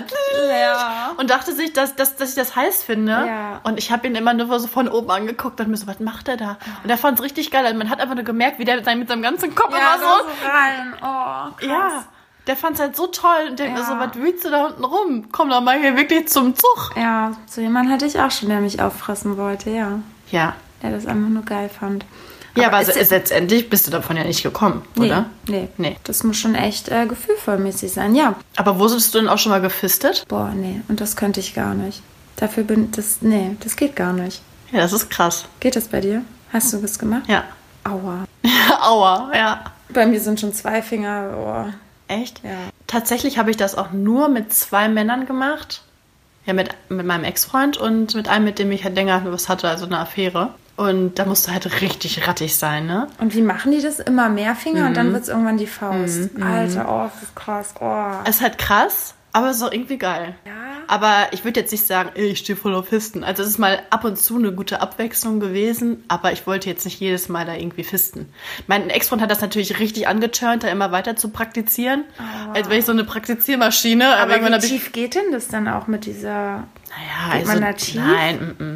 Ja. Und dachte sich, dass, dass, dass ich das heiß finde. Ja. Und ich habe ihn immer nur so von oben angeguckt und mir so, was macht der da? Und er fand es richtig geil. Also man hat einfach nur gemerkt, wie der mit seinem, mit seinem ganzen Kopf Ja, immer da so... so rein, oh, krass. Ja, der fand es halt so toll. Und der Ja. mir so, was willst du da unten rum? Komm doch mal hier wirklich zum Zug. Ja, so jemanden hatte ich auch schon, der mich auffressen wollte, ja. Ja. Der das einfach nur geil fand. Ja, aber, ist se- letztendlich bist du davon ja nicht gekommen, oder? Nee, nee. Nee. Das muss schon echt äh, gefühlvollmäßig sein, ja. Aber wurdest du denn auch schon mal gefistet? Boah, nee, und das könnte ich gar nicht. Dafür bin das, nee, das geht gar nicht. Ja, das ist krass. Geht das bei dir? Hast du das gemacht? Ja. Aua. Aua, ja. Bei mir sind schon zwei Finger, oh. Echt? Ja. Tatsächlich habe ich das auch nur mit zwei Männern gemacht. Ja, mit, mit meinem Ex-Freund und mit einem, mit dem ich halt länger was hatte, also eine Affäre. Und da musste halt richtig rattig sein, ne? Und wie machen die das? Immer mehr Finger und Mhm. dann wird es irgendwann die Faust. Alter, oh, das ist krass. Oh. Es ist halt krass, aber es ist auch irgendwie geil. Ja. Aber ich würde jetzt nicht sagen, ey, ich stehe voll auf Fisten. Also es ist mal ab und zu eine gute Abwechslung gewesen, aber ich wollte jetzt nicht jedes Mal da irgendwie fisten. Mein Ex-Freund hat das natürlich richtig angeturnt, da immer weiter zu praktizieren. Als wäre ich so eine Praktiziermaschine. Aber, Aber irgendwann wie habe ich... tief geht denn das dann auch mit dieser... Naja, geht also... man da tief? Nein, mm, mm.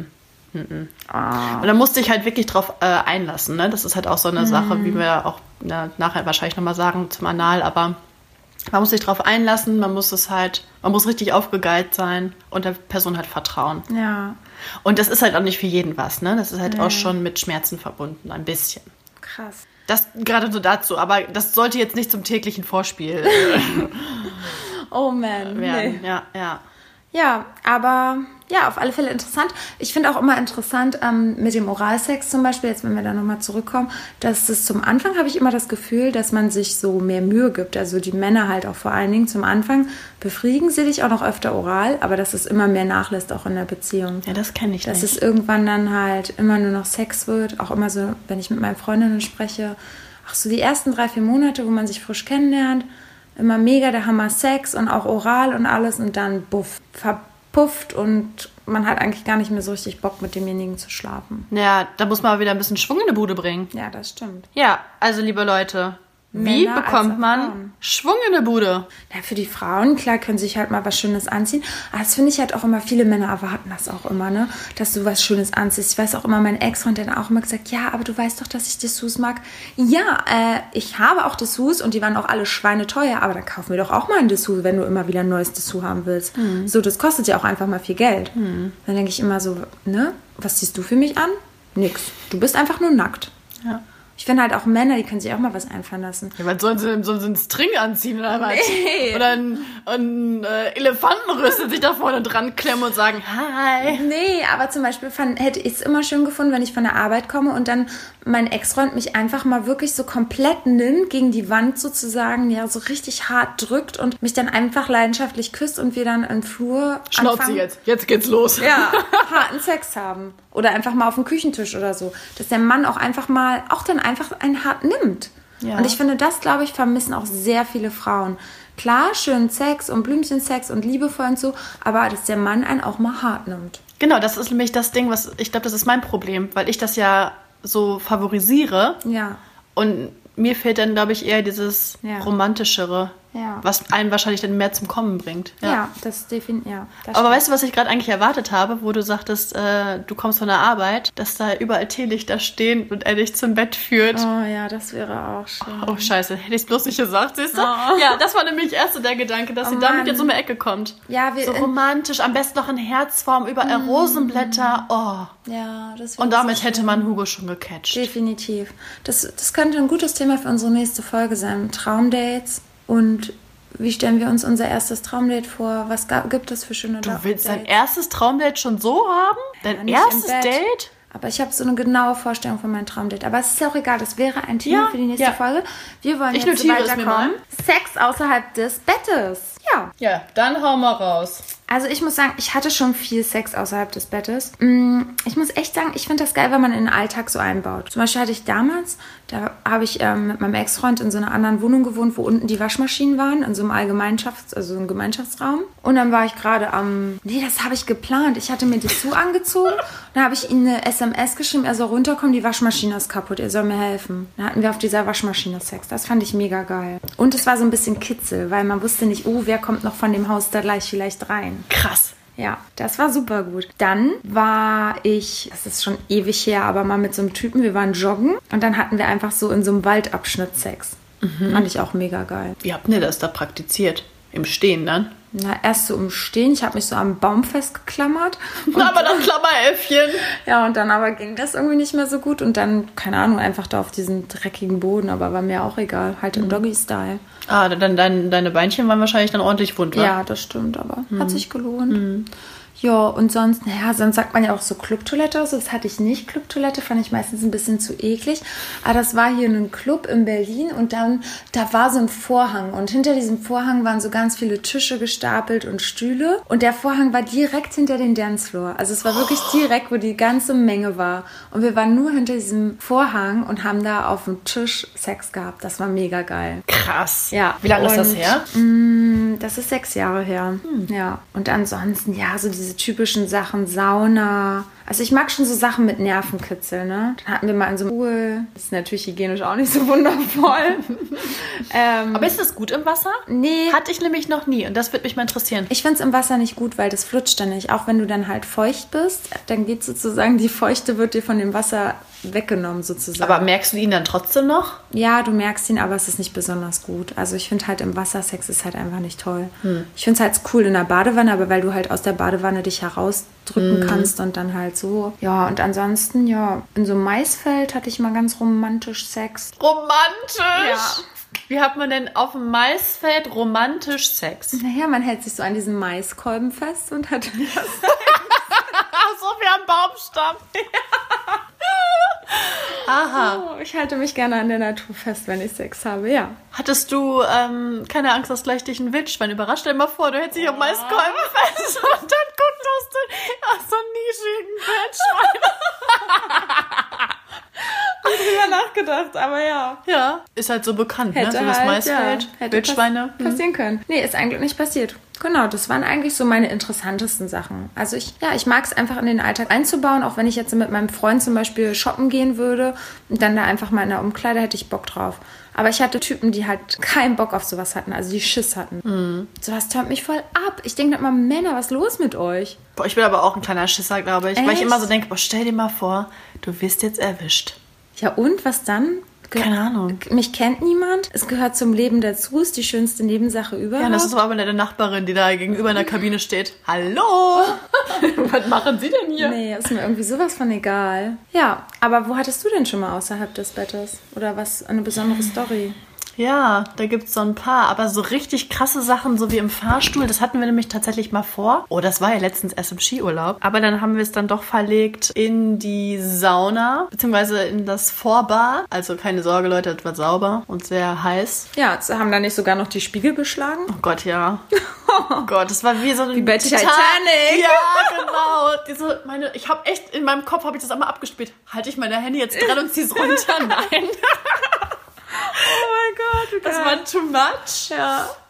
Oh. Und da musste ich halt wirklich drauf äh, einlassen. Ne? Das ist halt auch so eine Mhm. Sache, wie wir auch na, nachher wahrscheinlich nochmal sagen zum Anal, aber man muss sich drauf einlassen, man muss es halt, man muss richtig aufgegeilt sein und der Person halt vertrauen. Ja, Und das ist halt auch nicht für jeden was, ne? Das ist halt auch schon mit Schmerzen verbunden, ein bisschen. krass. Das gerade so dazu, aber das sollte jetzt nicht zum täglichen Vorspiel Oh man, werden. nee. Ja, ja. Ja, aber ja, auf alle Fälle interessant. Ich finde auch immer interessant ähm, mit dem Oralsex zum Beispiel, jetzt wenn wir da nochmal zurückkommen, dass es zum Anfang habe ich immer das Gefühl, dass man sich so mehr Mühe gibt. Also die Männer halt auch vor allen Dingen zum Anfang befriedigen sie dich auch noch öfter oral, aber dass es immer mehr nachlässt auch in der Beziehung. Ja, das kenne ich Dass nicht. es irgendwann dann halt immer nur noch Sex wird. Auch immer so, wenn ich mit meinen Freundinnen spreche, ach so die ersten drei, vier Monate, wo man sich frisch kennenlernt, immer mega der Hammer Sex und auch oral und alles und dann buff, verpufft und man hat eigentlich gar nicht mehr so richtig Bock, mit demjenigen zu schlafen. Ja, da muss man wieder ein bisschen Schwung in die Bude bringen. Ja, das stimmt. Ja, also liebe Leute, wie Männer als bekommt auch man Frauen. Schwung in der Bude? Ja, für die Frauen, klar, können sich halt mal was Schönes anziehen. Aber das finde ich halt auch immer, viele Männer erwarten das auch immer, ne? Dass du was Schönes anziehst. Ich weiß auch immer, mein Ex-Freund hat auch immer gesagt, ja, aber du weißt doch, dass ich Dessous mag. Ja, äh, ich habe auch Dessous und die waren auch alle schweineteuer, aber dann kauf mir doch auch mal ein Dessous, wenn du immer wieder ein neues Dessous haben willst. Mhm. So, das kostet ja auch einfach mal viel Geld. Mhm. Dann denke ich immer so, ne? Was ziehst du für mich an? Nix. Du bist einfach nur nackt. Ja. Ich finde halt auch Männer, die können sich auch mal was einfallen lassen. Ja, was sollen sie, sollen sie einen String anziehen oder was? Nee. Oder einen, einen äh, Elefantenrüssel sich da vorne dran klemmen und sagen, hi. Nee, aber zum Beispiel fand, hätte ich es immer schön gefunden, wenn ich von der Arbeit komme und dann mein Ex-Freund mich einfach mal wirklich so komplett nimmt, gegen die Wand sozusagen, ja, so richtig hart drückt und mich dann einfach leidenschaftlich küsst und wir dann im Flur Schnauze anfangen, jetzt, jetzt geht's los. ja, harten Sex haben. Oder einfach mal auf dem Küchentisch oder so. Dass der Mann auch einfach mal, auch dann einfach einen hart nimmt. Ja. Und ich finde, das, glaube ich, vermissen auch sehr viele Frauen. Klar, schönen Sex und Blümchensex und liebevoll und so, aber dass der Mann einen auch mal hart nimmt. Genau, das ist nämlich das Ding, was ich glaube, das ist mein Problem, weil ich das ja so favorisiere. Ja. Und mir fehlt dann, glaube ich, eher dieses Ja. Romantischere, Ja. was einen wahrscheinlich dann mehr zum Kommen bringt. Ja, das definiert, ja. Das Aber stimmt. weißt du, was ich gerade eigentlich erwartet habe, wo du sagtest, äh, du kommst von der Arbeit, dass da überall Teelichter stehen und er dich zum Bett führt. Oh ja, das wäre auch schön. Oh, scheiße, hätte ich es bloß nicht gesagt, siehst du? Oh. Ja, das war nämlich erst so der Gedanke, dass Oh, sie damit Mann. jetzt um die Ecke kommt. Ja, wir So romantisch, am besten noch in Herzform, überall Mm. Rosenblätter. Oh. Ja, das wäre Und damit so hätte schön. man Hugo schon gecatcht. Definitiv. Das, das könnte ein gutes Thema für unsere nächste Folge sein. Traumdates und wie stellen wir uns unser erstes Traumdate vor? Was gab, gibt es für schöne Du Dates? willst dein erstes Traumdate schon so haben? Dein nicht im erstes Bett. Date? Aber ich habe so eine genaue Vorstellung von meinem Traumdate. Aber es ist ja auch egal, das wäre ein Thema Ja, für die nächste ja. Folge. Wir wollen Ich jetzt notiere es mir weiterkommen. mal. Sex außerhalb des Bettes. Ja. Ja, dann hau mal raus. Also ich muss sagen, ich hatte schon viel Sex außerhalb des Bettes. Mm, Ich muss echt sagen, ich finde das geil, wenn man in den Alltag so einbaut. Zum Beispiel hatte ich damals, da habe ich ähm, mit meinem Ex-Freund in so einer anderen Wohnung gewohnt, wo unten die Waschmaschinen waren, in so einem Allgemeinschafts-, also so einem Gemeinschaftsraum. Und dann war ich gerade am, nee, das habe ich geplant. Ich hatte mir die Schuhe angezogen. Dann habe ich ihm eine S M S geschrieben, er soll runterkommen, die Waschmaschine ist kaputt, er soll mir helfen. Dann hatten wir auf dieser Waschmaschine Sex. Das fand ich mega geil. Und es war so ein bisschen Kitzel, weil man wusste nicht, oh, wer kommt noch von dem Haus da gleich vielleicht rein. Krass. Ja, das war super gut. Dann war ich, das ist schon ewig her, aber mal mit so einem Typen, wir waren joggen und dann hatten wir einfach so in so einem Waldabschnitt Sex. Mhm. Fand ich auch mega geil. Wie habt ihr das da praktiziert? Im Stehen dann? Na, erst so im Stehen, ich habe mich so am Baum festgeklammert. Und Aber das Klammeräffchen. ja, und dann aber ging das irgendwie nicht mehr so gut und dann, keine Ahnung, einfach da auf diesen dreckigen Boden, aber war mir auch egal, halt im Doggy-Style. Ah, dann dein, deine Beinchen waren wahrscheinlich dann ordentlich wund, wa? Ja, das stimmt, aber hat sich gelohnt. Ja, und sonst, naja, sonst sagt man ja auch so Clubtoilette. Also das hatte ich nicht. Clubtoilette fand ich meistens ein bisschen zu eklig. Aber das war hier ein Club in Berlin und dann, da war so ein Vorhang. Und hinter diesem Vorhang waren so ganz viele Tische gestapelt und Stühle. Und der Vorhang war direkt hinter dem Dancefloor. Also es war wirklich direkt, wo die ganze Menge war. Und wir waren nur hinter diesem Vorhang und haben da auf dem Tisch Sex gehabt. Das war mega geil. Krass. Ja. Wie lange ist das Und, her? Mm, Das ist sechs Jahre her. Ja. Und ansonsten, ja, so diese typischen Sachen, Sauna. Also ich mag schon so Sachen mit Nervenkitzel, ne? Dann hatten wir mal in so einem Pool. Das ist natürlich hygienisch auch nicht so wundervoll. ähm, Aber ist das gut im Wasser? nee. Hatte ich nämlich noch nie und das würde mich mal interessieren. Ich finde es im Wasser nicht gut, weil das flutscht dann nicht. Auch wenn du dann halt feucht bist, dann geht sozusagen, die Feuchte wird dir von dem Wasser weggenommen sozusagen. Aber merkst du ihn dann trotzdem noch? Ja, du merkst ihn, aber es ist nicht besonders gut. Also ich finde halt im Wasser Sex ist halt einfach nicht toll. Hm. Ich finde es halt cool in der Badewanne, aber weil du halt aus der Badewanne dich herausdrücken hm. kannst und dann halt so. Ja, und ansonsten, ja, in so einem Maisfeld hatte ich mal ganz romantisch Sex. Romantisch? Ja. Wie hat man denn auf dem Maisfeld romantisch Sex? Naja, man hält sich so an diesem Maiskolben fest und hat dann das. Ach so, wie am Baumstamm. Aha. Oh, ich halte mich gerne an der Natur fest, wenn ich Sex habe, ja. Hattest du ähm, keine Angst, dass gleich dich ein Wildschwein überrascht? Stell dir mal vor, du hättest dich auf Maiskolben fest und dann guckt aus du aus so einem nischigen Wildschwein. Drüber nachgedacht, aber ja. Ja, ist halt so bekannt, Hätte ne? So das halt, Maisfeld, ja, hätte Wildschweine. pass- passieren können. Nee, ist eigentlich nicht passiert. Genau, das waren eigentlich so meine interessantesten Sachen. Also ich, ja, ich mag es einfach in den Alltag einzubauen, auch wenn ich jetzt mit meinem Freund zum Beispiel shoppen gehen würde und dann da einfach mal in der Umkleide, hätte ich Bock drauf. Aber ich hatte Typen, die halt keinen Bock auf sowas hatten, also die Schiss hatten. Mhm. Sowas tönt mich voll ab. Ich denke immer, Männer, was ist los mit euch? Boah, ich bin aber auch ein kleiner Schisser, glaube ich. Weil ich Echt? immer so denke, boah, stell dir mal vor, du wirst jetzt erwischt. Ja und, was dann? Ge- Keine Ahnung. Mich kennt niemand. Es gehört zum Leben dazu. Ist die schönste Nebensache überhaupt. Ja, das ist aber eine Nachbarin, die da gegenüber in der Kabine steht. Hallo! Was machen Sie denn hier? Nee, ist mir irgendwie sowas von egal. Ja, aber wo hattest du denn schon mal außerhalb des Bettes? Oder was, eine besondere Story? Ja, da gibt's so ein paar, aber so richtig krasse Sachen, so wie im Fahrstuhl, das hatten wir nämlich tatsächlich mal vor. Oh, das war ja letztens erst im Skiurlaub. Aber dann haben wir es dann doch verlegt in die Sauna, beziehungsweise in das Vorbad. Also keine Sorge, Leute, das war sauber und sehr heiß. Ja, haben da nicht sogar noch die Spiegel beschlagen? Oh Gott, ja. Oh Gott, das war wie so ein Wie bei Titanic. Ja, genau. Diese, meine, ich habe echt, in meinem Kopf habe ich das einmal abgespielt. Halte ich meine Hände jetzt dran und zieh's runter? Nein. Oh mein Gott, Das war too much. ja.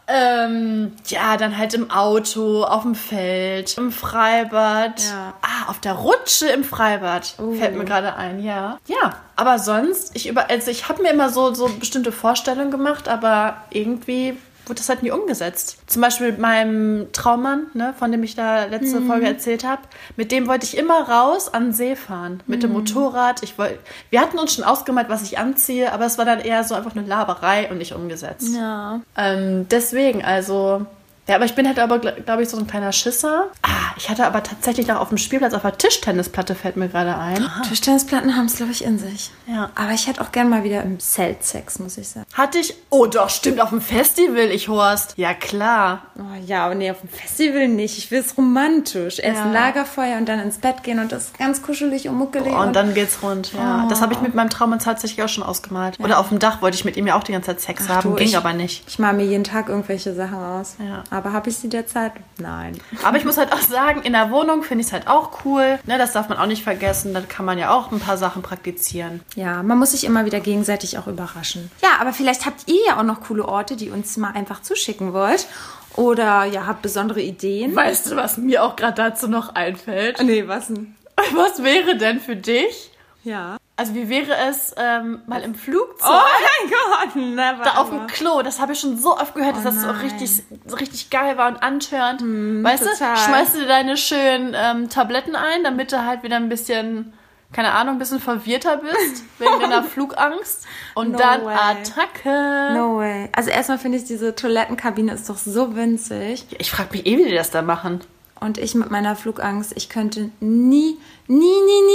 Ähm, ja, dann halt im Auto, auf dem Feld, im Freibad. Ja. Ah, auf der Rutsche im Freibad. Uh. Fällt mir gerade ein, ja. Ja, aber sonst, ich über, also ich habe mir immer so, so bestimmte Vorstellungen gemacht, aber irgendwie wurde das halt nie umgesetzt. Zum Beispiel mit meinem Traummann, ne, von dem ich da letzte mhm. Folge erzählt habe, mit dem wollte ich immer raus an den See fahren. Mit mhm. dem Motorrad. Ich wollt, wir hatten uns schon ausgemalt, was ich anziehe, aber es war dann eher so einfach eine Laberei und nicht umgesetzt. Ja. Ähm, deswegen, also... Ja, aber ich bin halt aber, glaube ich, so ein kleiner Schisser. Ah, ich hatte aber tatsächlich noch auf dem Spielplatz auf der Tischtennisplatte, fällt mir gerade ein. Aha. Tischtennisplatten haben es, glaube ich, in sich. Ja. Aber ich hätte auch gern mal wieder im Zelt Sex, muss ich sagen. Hatte ich... Oh doch, stimmt, auf dem Festival, ich Horst. Ja, klar. Oh, ja, aber nee, auf dem Festival nicht. Ich will es romantisch. Erst Ja. ein Lagerfeuer und dann ins Bett gehen und das ist ganz kuschelig und muckelig. Oh, und dann geht's rund, ja. Oh. Das habe ich mit meinem Traum tatsächlich auch schon ausgemalt. Oder auf dem Dach wollte ich mit ihm ja auch die ganze Zeit Sex Ach haben, du, ging ich- aber nicht. Ich mache mir jeden Tag irgendwelche Sachen aus. Ja. Aber habe ich sie derzeit? Nein. Aber ich muss halt auch sagen, in der Wohnung finde ich es halt auch cool. Ne, das darf man auch nicht vergessen. Da kann man ja auch ein paar Sachen praktizieren. Ja, man muss sich immer wieder gegenseitig auch überraschen. Ja, aber vielleicht habt ihr ja auch noch coole Orte, die uns mal einfach zuschicken wollt. Oder ja, habt besondere Ideen. Weißt du, was mir auch gerade dazu noch einfällt? Nee, was denn? Was wäre denn für dich? Ja. Also wie wäre es ähm, mal im Flugzeug? Oh mein Gott, never. Da auf ever. dem Klo, das habe ich schon so oft gehört, dass Oh das so nein. richtig, so richtig geil war und antörend. weißt total. du, schmeißt du dir deine schönen ähm, Tabletten ein, damit du halt wieder ein bisschen, keine Ahnung, ein bisschen verwirrter bist, wegen deiner Flugangst. Und No dann way. Attacke. No way. Also erstmal finde ich, diese Toilettenkabine ist doch so winzig. Ich frage mich eh, wie die das da machen. Und ich mit meiner Flugangst, ich könnte nie, nie, nie, nie,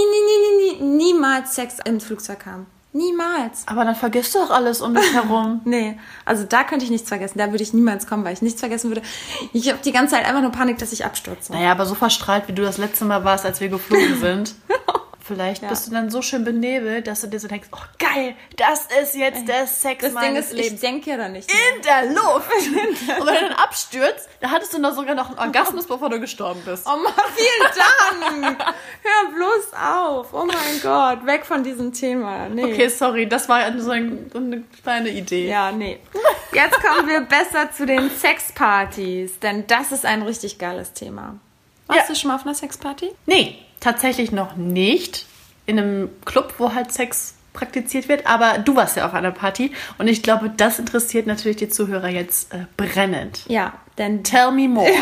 nie, nie, nie, niemals Sex im Flugzeug haben. Niemals. Aber dann vergisst du doch alles um dich herum. Nee, also da könnte ich nichts vergessen. Da würde ich niemals kommen, weil ich nichts vergessen würde. Ich habe die ganze Zeit einfach nur Panik, dass ich abstürze. Naja, aber so verstrahlt, wie du das letzte Mal warst, als wir geflogen sind. Vielleicht Ja. bist du dann so schön benebelt, dass du dir so denkst, oh geil, das ist jetzt der Sex Das Ding meines ist, Lebens. ich denke ja da nicht. In der Luft. Und wenn du dann abstürzt, dann hattest du noch sogar noch einen Orgasmus, bevor du gestorben bist. Oh Mann, vielen Dank. Hör bloß auf. Oh mein Gott, weg von diesem Thema. Nee. Okay, sorry, das war so, ein, so eine kleine Idee. Ja, nee. Jetzt kommen wir besser zu den Sexpartys, denn das ist ein richtig geiles Thema. Warst Ja. du schon mal auf einer Sexparty? Nee, tatsächlich noch nicht. In einem Club, wo halt Sex praktiziert wird. Aber du warst ja auf einer Party. Und ich glaube, das interessiert natürlich die Zuhörer jetzt äh, brennend. Ja, denn Tell me more.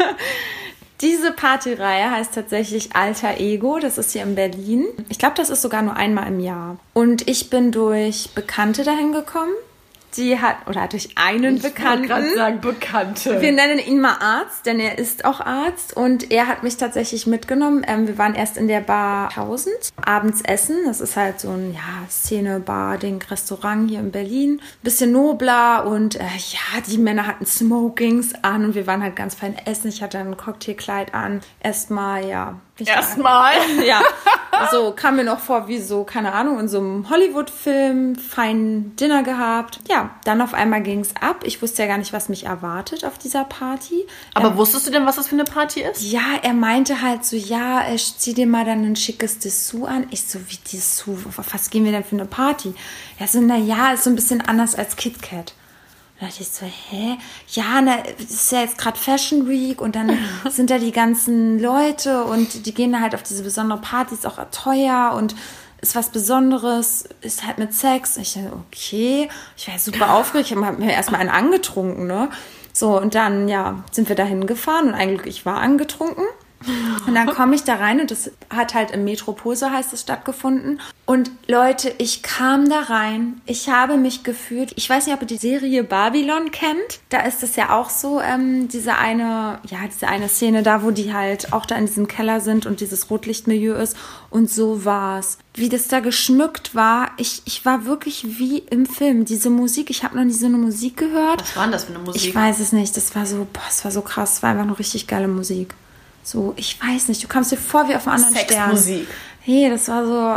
diese Partyreihe heißt tatsächlich Alter Ego. Das ist hier in Berlin. Ich glaube, das ist sogar nur einmal im Jahr. Und ich bin durch Bekannte dahin gekommen. Die hat, oder durch einen Bekannten. Ich wollte gerade sagen, Bekannte. Wir nennen ihn mal Arzt, denn er ist auch Arzt. Und er hat mich tatsächlich mitgenommen. Ähm, wir waren erst in der Bar tausend, abends essen. Das ist halt so ein, ja, Szene-Bar-Ding, Restaurant hier in Berlin. Bisschen nobler und, äh, ja, die Männer hatten Smokings an und wir waren halt ganz fein essen. Ich hatte ein Cocktailkleid an. Erstmal, ja. Erstmal. Ja, so kam mir noch vor wie so, keine Ahnung, in so einem Hollywood-Film, feinen Dinner gehabt. Ja, dann auf einmal ging's ab. Ich wusste ja gar nicht, was mich erwartet auf dieser Party. Aber Ähm, wusstest du denn, was das für eine Party ist? ja, er meinte halt so, ja, äh, zieh dir mal dann ein schickes Dessous an. Ich so, wie Dessous? Auf was gehen wir denn für eine Party? Er so, na ja, ist so ein bisschen anders als KitKat. Da dachte ich so, hä? Ja, na, das ist ja jetzt gerade Fashion Week und dann sind da die ganzen Leute und die gehen halt auf diese besondere Party, ist auch teuer und ist was Besonderes, ist halt mit Sex. Ich dachte, okay, ich war super aufgeregt, ich habe mir erstmal einen angetrunken, ne? So, und dann, ja, sind wir da hingefahren und eigentlich, ich war angetrunken. Und dann komme ich da rein und das hat halt im Metropol, so heißt es, stattgefunden. Und Leute, ich kam da rein, ich habe mich gefühlt, ich weiß nicht, ob ihr die Serie Babylon kennt, da ist es ja auch so, ähm, diese eine, ja, diese eine Szene da, wo die halt auch da in diesem Keller sind und dieses Rotlichtmilieu ist und so war's. Wie das da geschmückt war, ich, ich war wirklich wie im Film. Diese Musik, ich habe noch nie so eine Musik gehört. Was war denn das für eine Musik? Ich weiß es nicht, das war so, boah, das war so krass, das war einfach eine richtig geile Musik. So, ich weiß nicht, du kamst dir vor wie auf einem anderen Stern. Sexmusik. Hey, das war so,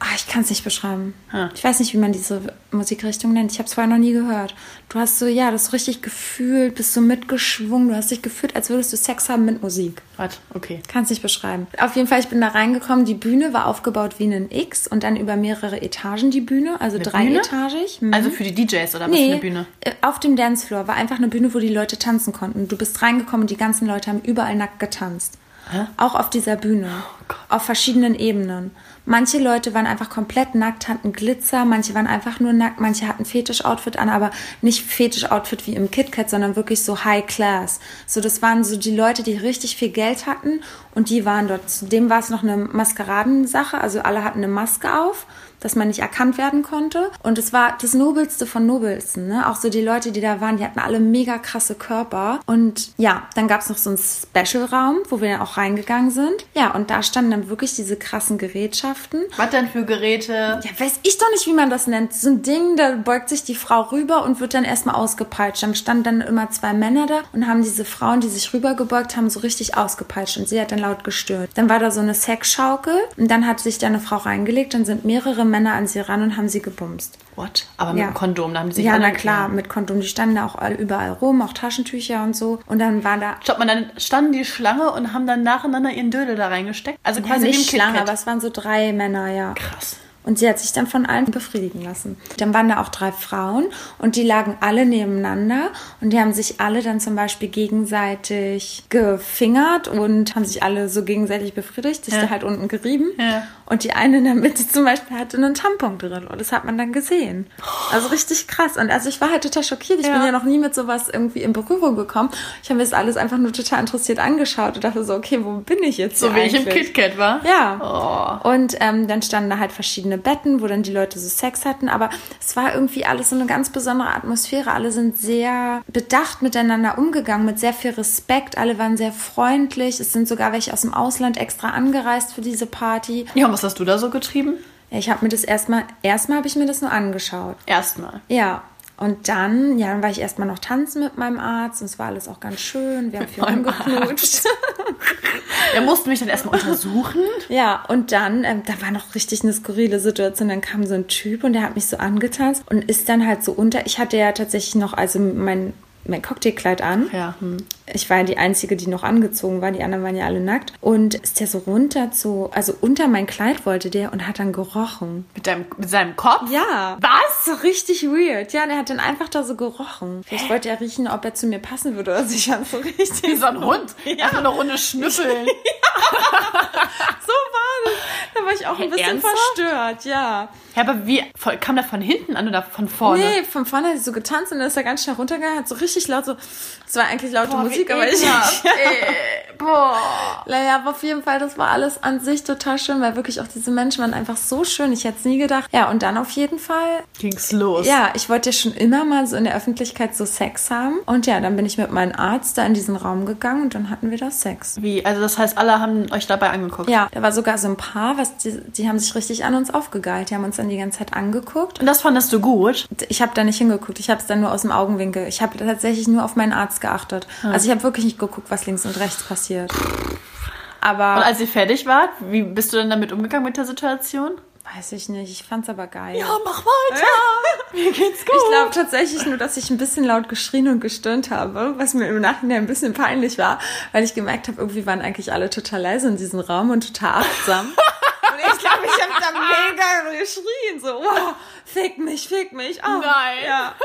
Ah, ich kann es nicht beschreiben. Hm. Ich weiß nicht, wie man diese Musikrichtung nennt. Ich habe es vorher noch nie gehört. Du hast so, ja, das so richtig gefühlt, bist so mitgeschwungen. Du hast dich gefühlt, als würdest du Sex haben mit Musik. Was? Okay. Kann es nicht beschreiben. Auf jeden Fall, ich bin da reingekommen. Die Bühne war aufgebaut wie ein X und dann über mehrere Etagen die Bühne, also Eine dreietagig. Bühne? Also für die D Js oder was Nee, für eine Bühne? auf dem Dancefloor war einfach eine Bühne, wo die Leute tanzen konnten. Du bist reingekommen und die ganzen Leute haben überall nackt getanzt. Hä? Auch auf dieser Bühne. Oh auf verschiedenen Ebenen. Manche Leute waren einfach komplett nackt, hatten Glitzer, manche waren einfach nur nackt, manche hatten Fetisch-Outfit an, aber nicht Fetisch-Outfit wie im KitKat, sondern wirklich so High Class. So, das waren so die Leute, die richtig viel Geld hatten und die waren dort. Zudem war es noch eine Maskeradensache, also alle hatten eine Maske auf, dass man nicht erkannt werden konnte. Und es war das Nobelste von Nobelsten, ne? Auch so die Leute, die da waren, die hatten alle mega krasse Körper. Und ja, dann gab es noch so einen Special-Raum, wo wir dann auch reingegangen sind. Ja, und da standen dann wirklich diese krassen Gerätschaften. Was denn für Geräte? Ja, weiß ich doch nicht, wie man das nennt. So ein Ding, da beugt sich die Frau rüber und wird dann erstmal ausgepeitscht. Dann standen dann immer zwei Männer da und haben diese Frauen, die sich rübergebeugt haben, so richtig ausgepeitscht. Und sie hat dann laut gestört. Dann war da so eine Sexschaukel und dann hat sich da eine Frau reingelegt. Dann sind mehrere Männer an sie ran und haben sie gebumst. What? Aber mit Ja. einem Kondom, da haben die sich Ja, alle na klar, geklärt. mit Kondom. Die standen da auch all- überall rum, auch Taschentücher und so. Und dann war da... Schaut mal, dann standen die Schlange und haben dann nacheinander ihren Dödel da reingesteckt. Also Ja, quasi wie im nicht Schlange, KitKat. aber es waren so drei Männer, ja. Krass. Und sie hat sich dann von allen befriedigen lassen. Dann waren da auch drei Frauen und die lagen alle nebeneinander und die haben sich alle dann zum Beispiel gegenseitig gefingert und haben sich alle so gegenseitig befriedigt, sich Ja. da halt unten gerieben. Ja. Und die eine in der Mitte zum Beispiel hatte einen Tampon drin und das hat man dann gesehen. Also richtig krass. Und also ich war halt total schockiert. Ich Ja. bin ja noch nie mit sowas irgendwie in Berührung gekommen. Ich habe mir das alles einfach nur total interessiert angeschaut und dachte so, okay, wo bin ich jetzt So hier wie ich im eigentlich? KitKat war. Ja. Oh. Und ähm, dann standen da halt verschiedene Betten, wo dann die Leute so Sex hatten. Aber es war irgendwie alles so eine ganz besondere Atmosphäre. Alle sind sehr bedacht miteinander umgegangen, mit sehr viel Respekt. Alle waren sehr freundlich. Es sind sogar welche aus dem Ausland extra angereist für diese Party. Ja, und was hast du da so getrieben? Ja, ich habe mir das erstmal, erstmal habe ich mir das nur angeschaut. Erstmal. Ja. Und dann, ja, dann war ich erstmal noch tanzen mit meinem Arzt und es war alles auch ganz schön. Wir haben viel meinem rumgeknutscht. Er musste mich dann erstmal untersuchen. Ja, und dann, ähm, da war noch richtig eine skurrile Situation. Dann kam so ein Typ und der hat mich so angetanzt und ist dann halt so unter. Ich hatte ja tatsächlich noch, also mein, mein Cocktailkleid an. Ja. Hm. Ich war ja die Einzige, die noch angezogen war. Die anderen waren ja alle nackt. Und ist der so runter zu, also unter mein Kleid wollte der und hat dann gerochen. Mit, deinem, mit seinem Kopf? Ja. Was? So richtig weird. Ja, der hat dann einfach da so gerochen. Vielleicht wollte er riechen, ob er zu mir passen würde oder sich an so richtig. Wie so ein Hund. Einfach eine Runde schnüffeln. So war das. Da war ich auch ein bisschen Ernsthaft? verstört, ja. Ja, aber wie, voll- kam der von hinten an oder von vorne? Nee, von vorne hat sie so getanzt und dann ist er ganz schnell runtergegangen, hat so richtig laut so, es war eigentlich laute Boah, wie Musik, aber ich, ekelhaft, ey. Boah. naja, aber auf jeden Fall, das war alles an sich total schön, weil wirklich auch diese Menschen waren einfach so schön, ich hätte es nie gedacht. Ja, und dann auf jeden Fall, Ging's los. ja, ich wollte ja schon immer mal so in der Öffentlichkeit so Sex haben und ja, dann bin ich mit meinem Arzt da in diesen Raum gegangen und dann hatten wir da Sex. Wie? Also das heißt, alle haben euch dabei angeguckt? Ja, da war sogar so ein Paar, was die, die haben sich richtig an uns aufgegeilt, die haben uns dann die ganze Zeit angeguckt. Und das fandest du gut? Ich habe da nicht hingeguckt, ich habe es dann nur aus dem Augenwinkel. Ich habe tatsächlich nur auf meinen Arzt geachtet. Also ich habe wirklich nicht geguckt, was links und rechts passiert. Aber Und als ihr fertig wart, wie bist du denn damit umgegangen mit der Situation? weiß ich nicht, ich fand's aber geil. Ja, mach weiter. Mir geht's gut. Ich glaube tatsächlich nur, dass ich ein bisschen laut geschrien und gestöhnt habe, was mir im Nachhinein ein bisschen peinlich war, weil ich gemerkt habe, irgendwie waren eigentlich alle total leise in diesem Raum und total achtsam. Und ich glaube, ich habe da mega geschrien, so, wow, fick mich, fick mich. Oh, Nein. Ja.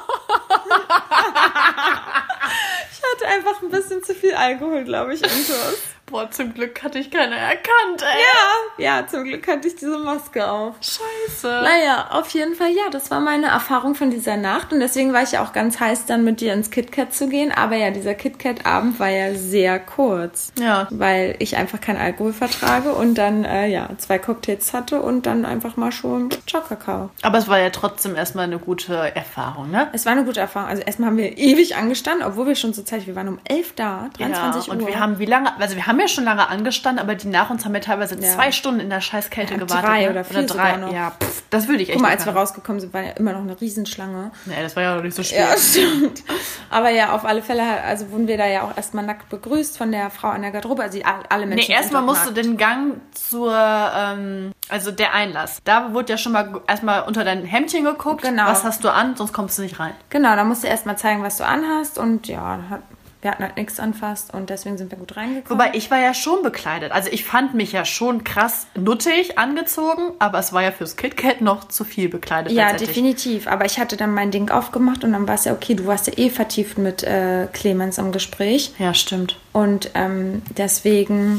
Ich hatte einfach ein bisschen zu viel Alkohol, glaube ich, intus. Boah, zum Glück hatte ich keiner erkannt, ey. Ja, ja, zum Glück hatte ich diese Maske auf. Scheiße. Naja, auf jeden Fall, ja, das war meine Erfahrung von dieser Nacht und deswegen war ich ja auch ganz heiß, dann mit dir ins KitKat zu gehen, aber ja, dieser KitKat-Abend war ja sehr kurz, Ja. weil ich einfach keinen Alkohol vertrage und dann, äh, ja, zwei Cocktails hatte und dann einfach mal schon Ciao-Kakao. Aber es war ja trotzdem erstmal eine gute Erfahrung, ne? Es war eine gute Erfahrung, also erstmal haben wir ewig angestanden, obwohl wir schon so zeitig, wir waren um elf da, dreiundzwanzig ja, und Uhr. wir haben wie lange, also wir haben haben ja schon lange angestanden, aber die nach uns haben ja teilweise ja. zwei Stunden in der Scheißkälte ja, gewartet. Drei ne? oder vier oder drei. Sogar noch. Ja, pff, das würde ich echt Guck mal, nicht als wir rausgekommen sind, war ja immer noch eine Riesenschlange. Nee, das war ja noch nicht so spät. Ja, stimmt. Aber ja, auf alle Fälle, also wurden wir da ja auch erstmal nackt begrüßt von der Frau an der Garderobe. Also die, alle Menschen. Nee, erstmal musst nackt. du den Gang zur, ähm, also der Einlass. Da wurde ja schon mal erstmal unter dein Hemdchen geguckt. Genau. Was hast du an, sonst kommst du nicht rein. Genau, da musst du erstmal zeigen, was du anhast. Und ja, wir hatten halt nichts an fast und deswegen sind wir gut reingekommen. Wobei, ich war ja schon bekleidet. Also ich fand mich ja schon krass nuttig angezogen, aber es war ja fürs KitKat noch zu viel bekleidet. Ja, definitiv. Aber ich hatte dann mein Ding aufgemacht und dann war es ja okay. Du warst ja eh vertieft mit äh, Clemens im Gespräch. Ja, stimmt. Und ähm, deswegen...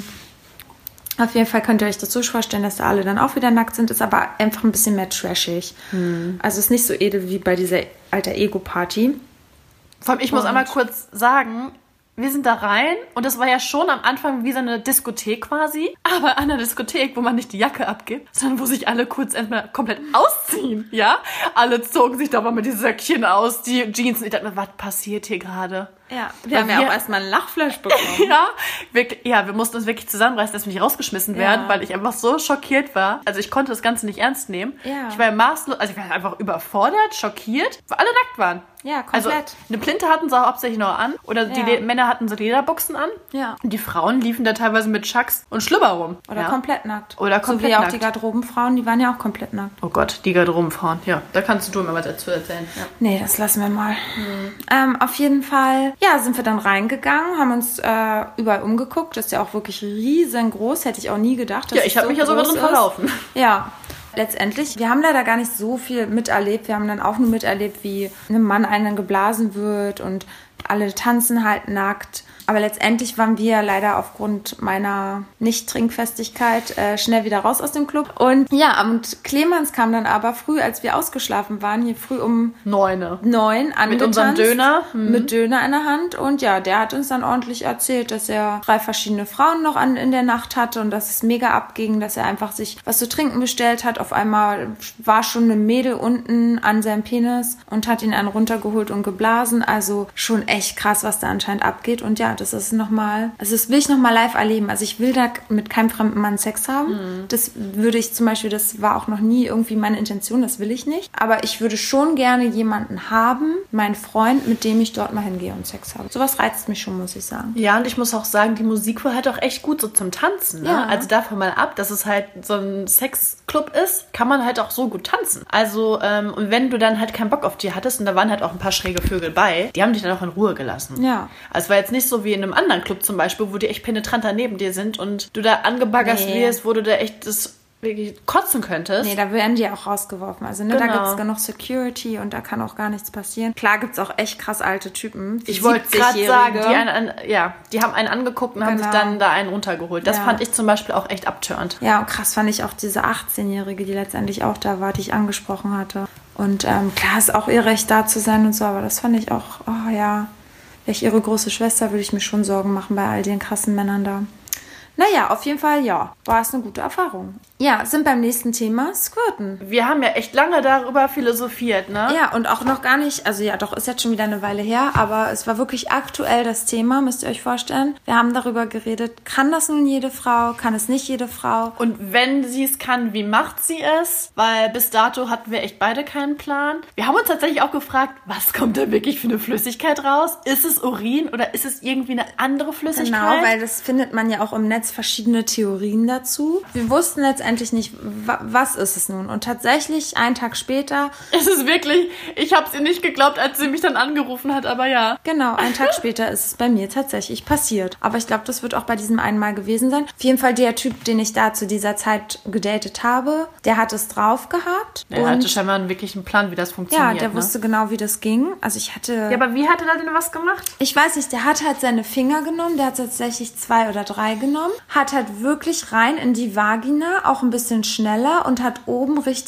Auf jeden Fall könnt ihr euch das so vorstellen, dass da alle dann auch wieder nackt sind, ist aber einfach ein bisschen mehr trashig. Hm. Also ist nicht so edel wie bei dieser alter Ego-Party. Vor allem, ich muss einmal kurz sagen, wir sind da rein und das war ja schon am Anfang wie so eine Diskothek quasi, aber an der Diskothek, wo man nicht die Jacke abgibt, sondern wo sich alle kurz erstmal komplett ausziehen, ja? Alle zogen sich da mal mit diesen Söckchen aus, die Jeans, und ich dachte mir, was passiert hier gerade? Ja, wir haben ja auch erstmal einen Lachflash bekommen. ja, wirklich, ja, wir mussten uns wirklich zusammenreißen, dass wir nicht rausgeschmissen werden, ja. weil ich einfach so schockiert war. Also ich konnte das Ganze nicht ernst nehmen. Ja. Ich war maßlos, also ich war einfach überfordert, schockiert, weil alle nackt waren. Ja, komplett. Also eine Plinte hatten sie auch hauptsächlich noch an oder die ja. Männer hatten so Lederbuchsen an. Ja. Und die Frauen liefen da teilweise mit Chucks und Schlüpper rum. Oder ja. komplett nackt. Oder komplett so wie nackt. auch die Garderobenfrauen, die waren ja auch komplett nackt. Oh Gott, die Garderobenfrauen. Ja, da kannst du mir was dazu erzählen. Ja. Nee, das lassen wir mal. Hm. Ähm, auf jeden Fall, ja, sind wir dann reingegangen, haben uns äh, überall umgeguckt. Das ist ja auch wirklich riesengroß, hätte ich auch nie gedacht. Dass ja, ich habe so mich ja sogar drin verlaufen. Ja. Letztendlich, wir haben leider gar nicht so viel miterlebt. Wir haben dann auch nur miterlebt, wie einem Mann einen geblasen wird und alle tanzen halt nackt. Aber letztendlich waren wir leider aufgrund meiner Nicht-Trinkfestigkeit äh, schnell wieder raus aus dem Club. Und ja, und Clemens kam dann aber früh, als wir ausgeschlafen waren, hier früh um Neune. neun angetanzt. Mit unserem Döner. Mhm. Mit Döner in der Hand. Und ja, der hat uns dann ordentlich erzählt, dass er drei verschiedene Frauen noch an, in der Nacht hatte und dass es mega abging, dass er einfach sich was zu trinken bestellt hat. Auf einmal war schon ein Mädel unten an seinem Penis und hat ihn einen runtergeholt und geblasen. Also schon echt krass, was da anscheinend abgeht. Und ja, das ist nochmal, also das will ich nochmal live erleben. Also ich will da mit keinem fremden Mann Sex haben. Mhm. Das würde ich zum Beispiel, das war auch noch nie irgendwie meine Intention, das will ich nicht. Aber ich würde schon gerne jemanden haben, meinen Freund, mit dem ich dort mal hingehe und Sex habe. Sowas reizt mich schon, muss ich sagen. Ja, und ich muss auch sagen, die Musik war halt auch echt gut so zum Tanzen. Ne? Ja. Also davon mal ab, dass es halt so ein Sexclub ist, kann man halt auch so gut tanzen. Also, ähm, und wenn du dann halt keinen Bock auf die hattest, und da waren halt auch ein paar schräge Vögel bei, die haben dich dann auch in Ruhe gelassen. Ja. Also es war jetzt nicht so wie in einem anderen Club zum Beispiel, wo die echt penetranter neben dir sind und du da angebaggert Nee. wirst, wo du da echt das wirklich kotzen könntest. Nee, da werden die auch rausgeworfen. Also ne, Genau. da gibt es genug Security und da kann auch gar nichts passieren. Klar gibt es auch echt krass alte Typen. Ich wollte gerade sagen, die, siebzigjährige. einen, an- ja, die haben einen angeguckt und haben Genau. sich dann da einen runtergeholt. Das Ja. fand ich zum Beispiel auch echt abturnt. Ja, und krass fand ich auch diese achtzehnjährige, die letztendlich auch da war, die ich angesprochen hatte. Und ähm, klar ist auch ihr Recht da zu sein und so, aber das fand ich auch, oh ja, wäre ich ihre große Schwester, würde ich mir schon Sorgen machen bei all den krassen Männern da. Naja, auf jeden Fall, ja, war es eine gute Erfahrung. Ja, sind beim nächsten Thema Squirten. Wir haben ja echt lange darüber philosophiert, ne? Ja, und auch noch gar nicht, also ja, doch, ist jetzt schon wieder eine Weile her, aber es war wirklich aktuell das Thema, müsst ihr euch vorstellen. Wir haben darüber geredet, kann das nun jede Frau, kann es nicht jede Frau? Und wenn sie es kann, wie macht sie es? Weil bis dato hatten wir echt beide keinen Plan. Wir haben uns tatsächlich auch gefragt, was kommt da wirklich für eine Flüssigkeit raus? Ist es Urin oder ist es irgendwie eine andere Flüssigkeit? Genau, weil das findet man ja auch im Netz verschiedene Theorien dazu. Wir wussten letztendlich nicht, wa- was ist es nun? Und tatsächlich, einen Tag später... Es ist wirklich, ich habe es ihr nicht geglaubt, als sie mich dann angerufen hat, aber ja. Genau, einen Tag später ist es bei mir tatsächlich passiert. Aber ich glaube, das wird auch bei diesem einen Mal gewesen sein. Auf jeden Fall der Typ, den ich da zu dieser Zeit gedatet habe, der hat es drauf gehabt. Er und hatte scheinbar wirklich einen Plan, wie das funktioniert. ja, der ne? wusste genau, wie das ging. Also ich hatte... Ja, aber wie hat er da denn was gemacht? Ich weiß nicht, der hat halt seine Finger genommen, der hat tatsächlich zwei oder drei genommen, hat halt wirklich rein in die Vagina, auch ein bisschen schneller und hat oben richtig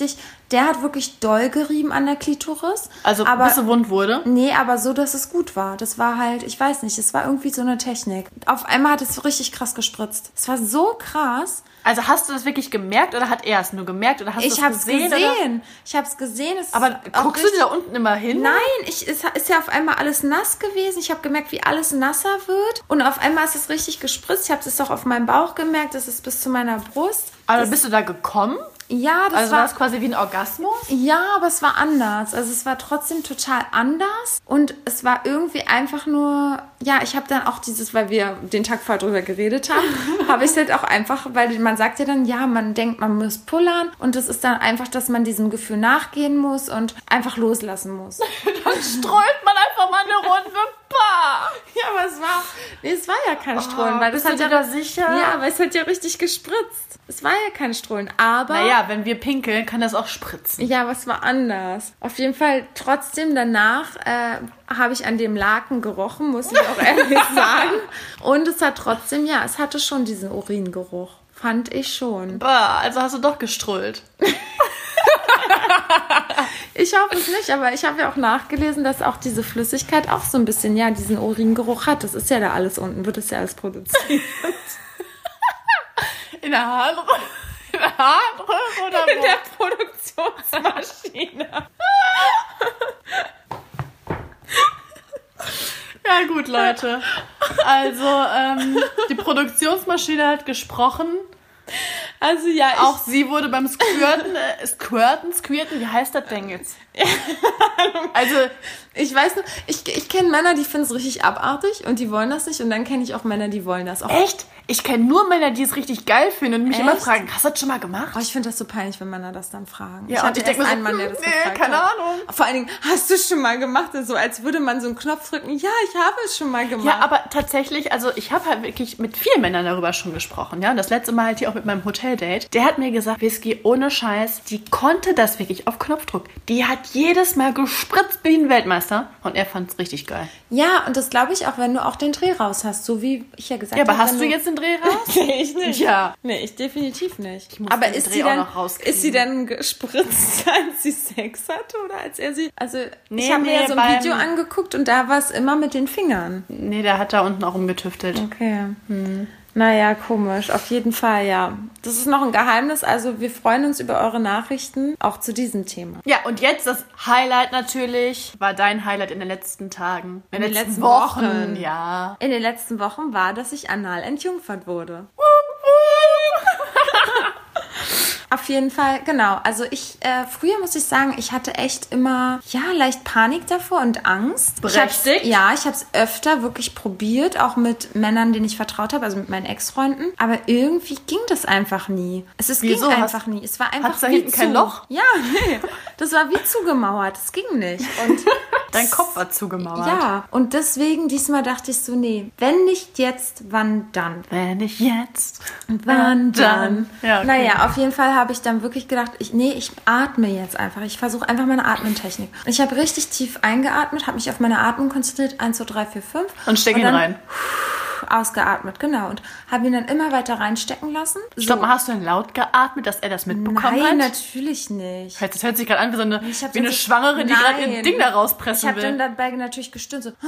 Der hat wirklich doll gerieben an der Klitoris. Also aber, bis sie wund wurde? Nee, aber so, dass es gut war. Das war halt, ich weiß nicht, es war irgendwie so eine Technik. Auf einmal hat es so richtig krass gespritzt. Es war so krass. Also hast du das wirklich gemerkt oder hat er es nur gemerkt? Oder hast Ich du habe es es gesehen? gesehen. Oder? Ich habe es gesehen. Es Aber ist auch guckst du richtig- da unten immer hin? Nein, ich, es ist ja auf einmal alles nass gewesen. Ich habe gemerkt, wie alles nasser wird. Und auf einmal ist es richtig gespritzt. Ich habe es auch auf meinem Bauch gemerkt. Das ist bis zu meiner Brust. Aber das, bist du da gekommen? Ja, das Also war war... es quasi wie ein Orgasmus? Ja, aber es war anders. Also es war trotzdem total anders. Und es war irgendwie einfach nur... Ja, ich habe dann auch dieses, weil wir den Tag vorher drüber geredet haben, habe ich es halt auch einfach, weil man sagt ja dann, ja, man denkt, man muss pullern. Und das ist dann einfach, dass man diesem Gefühl nachgehen muss und einfach loslassen muss. Dann strollt man einfach mal eine Runde. Pah! Ja, aber es war, nee, es war ja kein Strollen, weil das bist hat du ja dir da sicher? Ja, weil es hat ja richtig gespritzt. Es war ja kein Strollen, aber Naja, wenn wir pinkeln, kann das auch spritzen. ja, aber es war anders. Auf jeden Fall trotzdem danach äh, habe ich an dem Laken gerochen, muss ich auch ehrlich sagen. Und es hat trotzdem, ja, es hatte schon diesen Uringeruch. Fand ich schon. Bah, also hast du doch gestrollt. Ich hoffe es nicht, aber ich habe ja auch nachgelesen, dass auch diese Flüssigkeit auch so ein bisschen, ja, diesen Uringeruch hat. Das ist ja da alles unten, wird das ja alles produziert. In der Harnröhre? In der Harnröhre oder wo? In der Produktionsmaschine. Ja gut, Leute. Also, ähm, die Produktionsmaschine hat gesprochen. Also ja, ich, Auch sie wurde beim Squirten, äh, Squirten, Squirten, wie heißt das denn jetzt? Also, ich weiß nur, ich, ich kenne Männer, die finden es richtig abartig und die wollen das nicht. Und dann kenne ich auch Männer, die wollen das auch. echt? Ich kenne nur Männer, die es richtig geil finden und mich Echt? immer fragen, hast du das schon mal gemacht? Oh, ich finde das so peinlich, wenn Männer das dann fragen. Ja, ich und hatte ich denk erst mir so, einen Mann, der das nee, gefragt keine hat. Ahnung. Vor allen Dingen, hast du es schon mal gemacht? So als würde man so einen Knopf drücken. Ja, ich habe es schon mal gemacht. Ja, aber tatsächlich, also ich habe halt wirklich mit vielen Männern darüber schon gesprochen, ja. Und das letzte Mal halt hier auch mit meinem Hoteldate. Der hat mir gesagt, Whisky, ohne Scheiß, die konnte das wirklich auf Knopfdruck. Die hat jedes Mal gespritzt wie ein Weltmeister. Und er fand es richtig geil. Ja, und das glaube ich auch, wenn du auch den Dreh raus hast, so wie ich ja gesagt Ja, habe. aber hast wenn du jetzt den Dreh raus? Nee, ich nicht. Ja. Nee, ich definitiv nicht. Ich muss aber den ist Dreh sie, auch dann, noch rauskriegen. ist sie dann gespritzt, als sie Sex hatte oder als er sie... Also Nee, ich habe mir nee, ja so ein beim- Video angeguckt und da war es immer mit den Fingern. Nee, der hat da unten auch rumgetüftelt. Okay. Naja, komisch. Auf jeden Fall, ja. Das ist noch ein Geheimnis. Also wir freuen uns über eure Nachrichten, auch zu diesem Thema. Ja, und jetzt das Highlight natürlich, war dein Highlight in den letzten Tagen. In, den letzten Wochen. Wochen. Ja. In den letzten Wochen war, dass ich anal entjungfert wurde. Auf jeden Fall, genau. Also ich, äh, früher muss ich sagen, ich hatte echt immer, ja, leicht Panik davor und Angst. Berechtigt? Ich hab's, ja, ich habe es öfter wirklich probiert, auch mit Männern, denen ich vertraut habe, also mit meinen Ex-Freunden. Aber irgendwie ging das einfach nie. Es ist, ging Wieso? einfach Hast- nie. Es war einfach hat's da wie hinten zu. kein Loch? Ja, nee. Das war wie zugemauert. Es ging nicht. Und Dein Kopf war zugemauert. ja, und deswegen diesmal dachte ich so, nee, wenn nicht jetzt, wann dann? Wenn ich jetzt. Wann dann? Ja, okay. Naja, auf jeden Fall habe ich dann wirklich gedacht, ich, nee, ich atme jetzt einfach. Ich versuche einfach meine Atmentechnik. Ich habe richtig tief eingeatmet, habe mich auf meine Atmung konzentriert. eins, zwei, drei, vier, fünf. Und steck ihn dann rein. Ausgeatmet, genau. Und habe ihn dann immer weiter reinstecken lassen. Stopp mal, hast du denn laut geatmet, dass er das mitbekommen Nein, hat? natürlich nicht. Das hört sich gerade an wie so eine, Ich hab wie eine dann so- Schwangere, die gerade ihr Nein. Ding da Ich rauspressen habe dann will. dabei natürlich gestöhnt, so.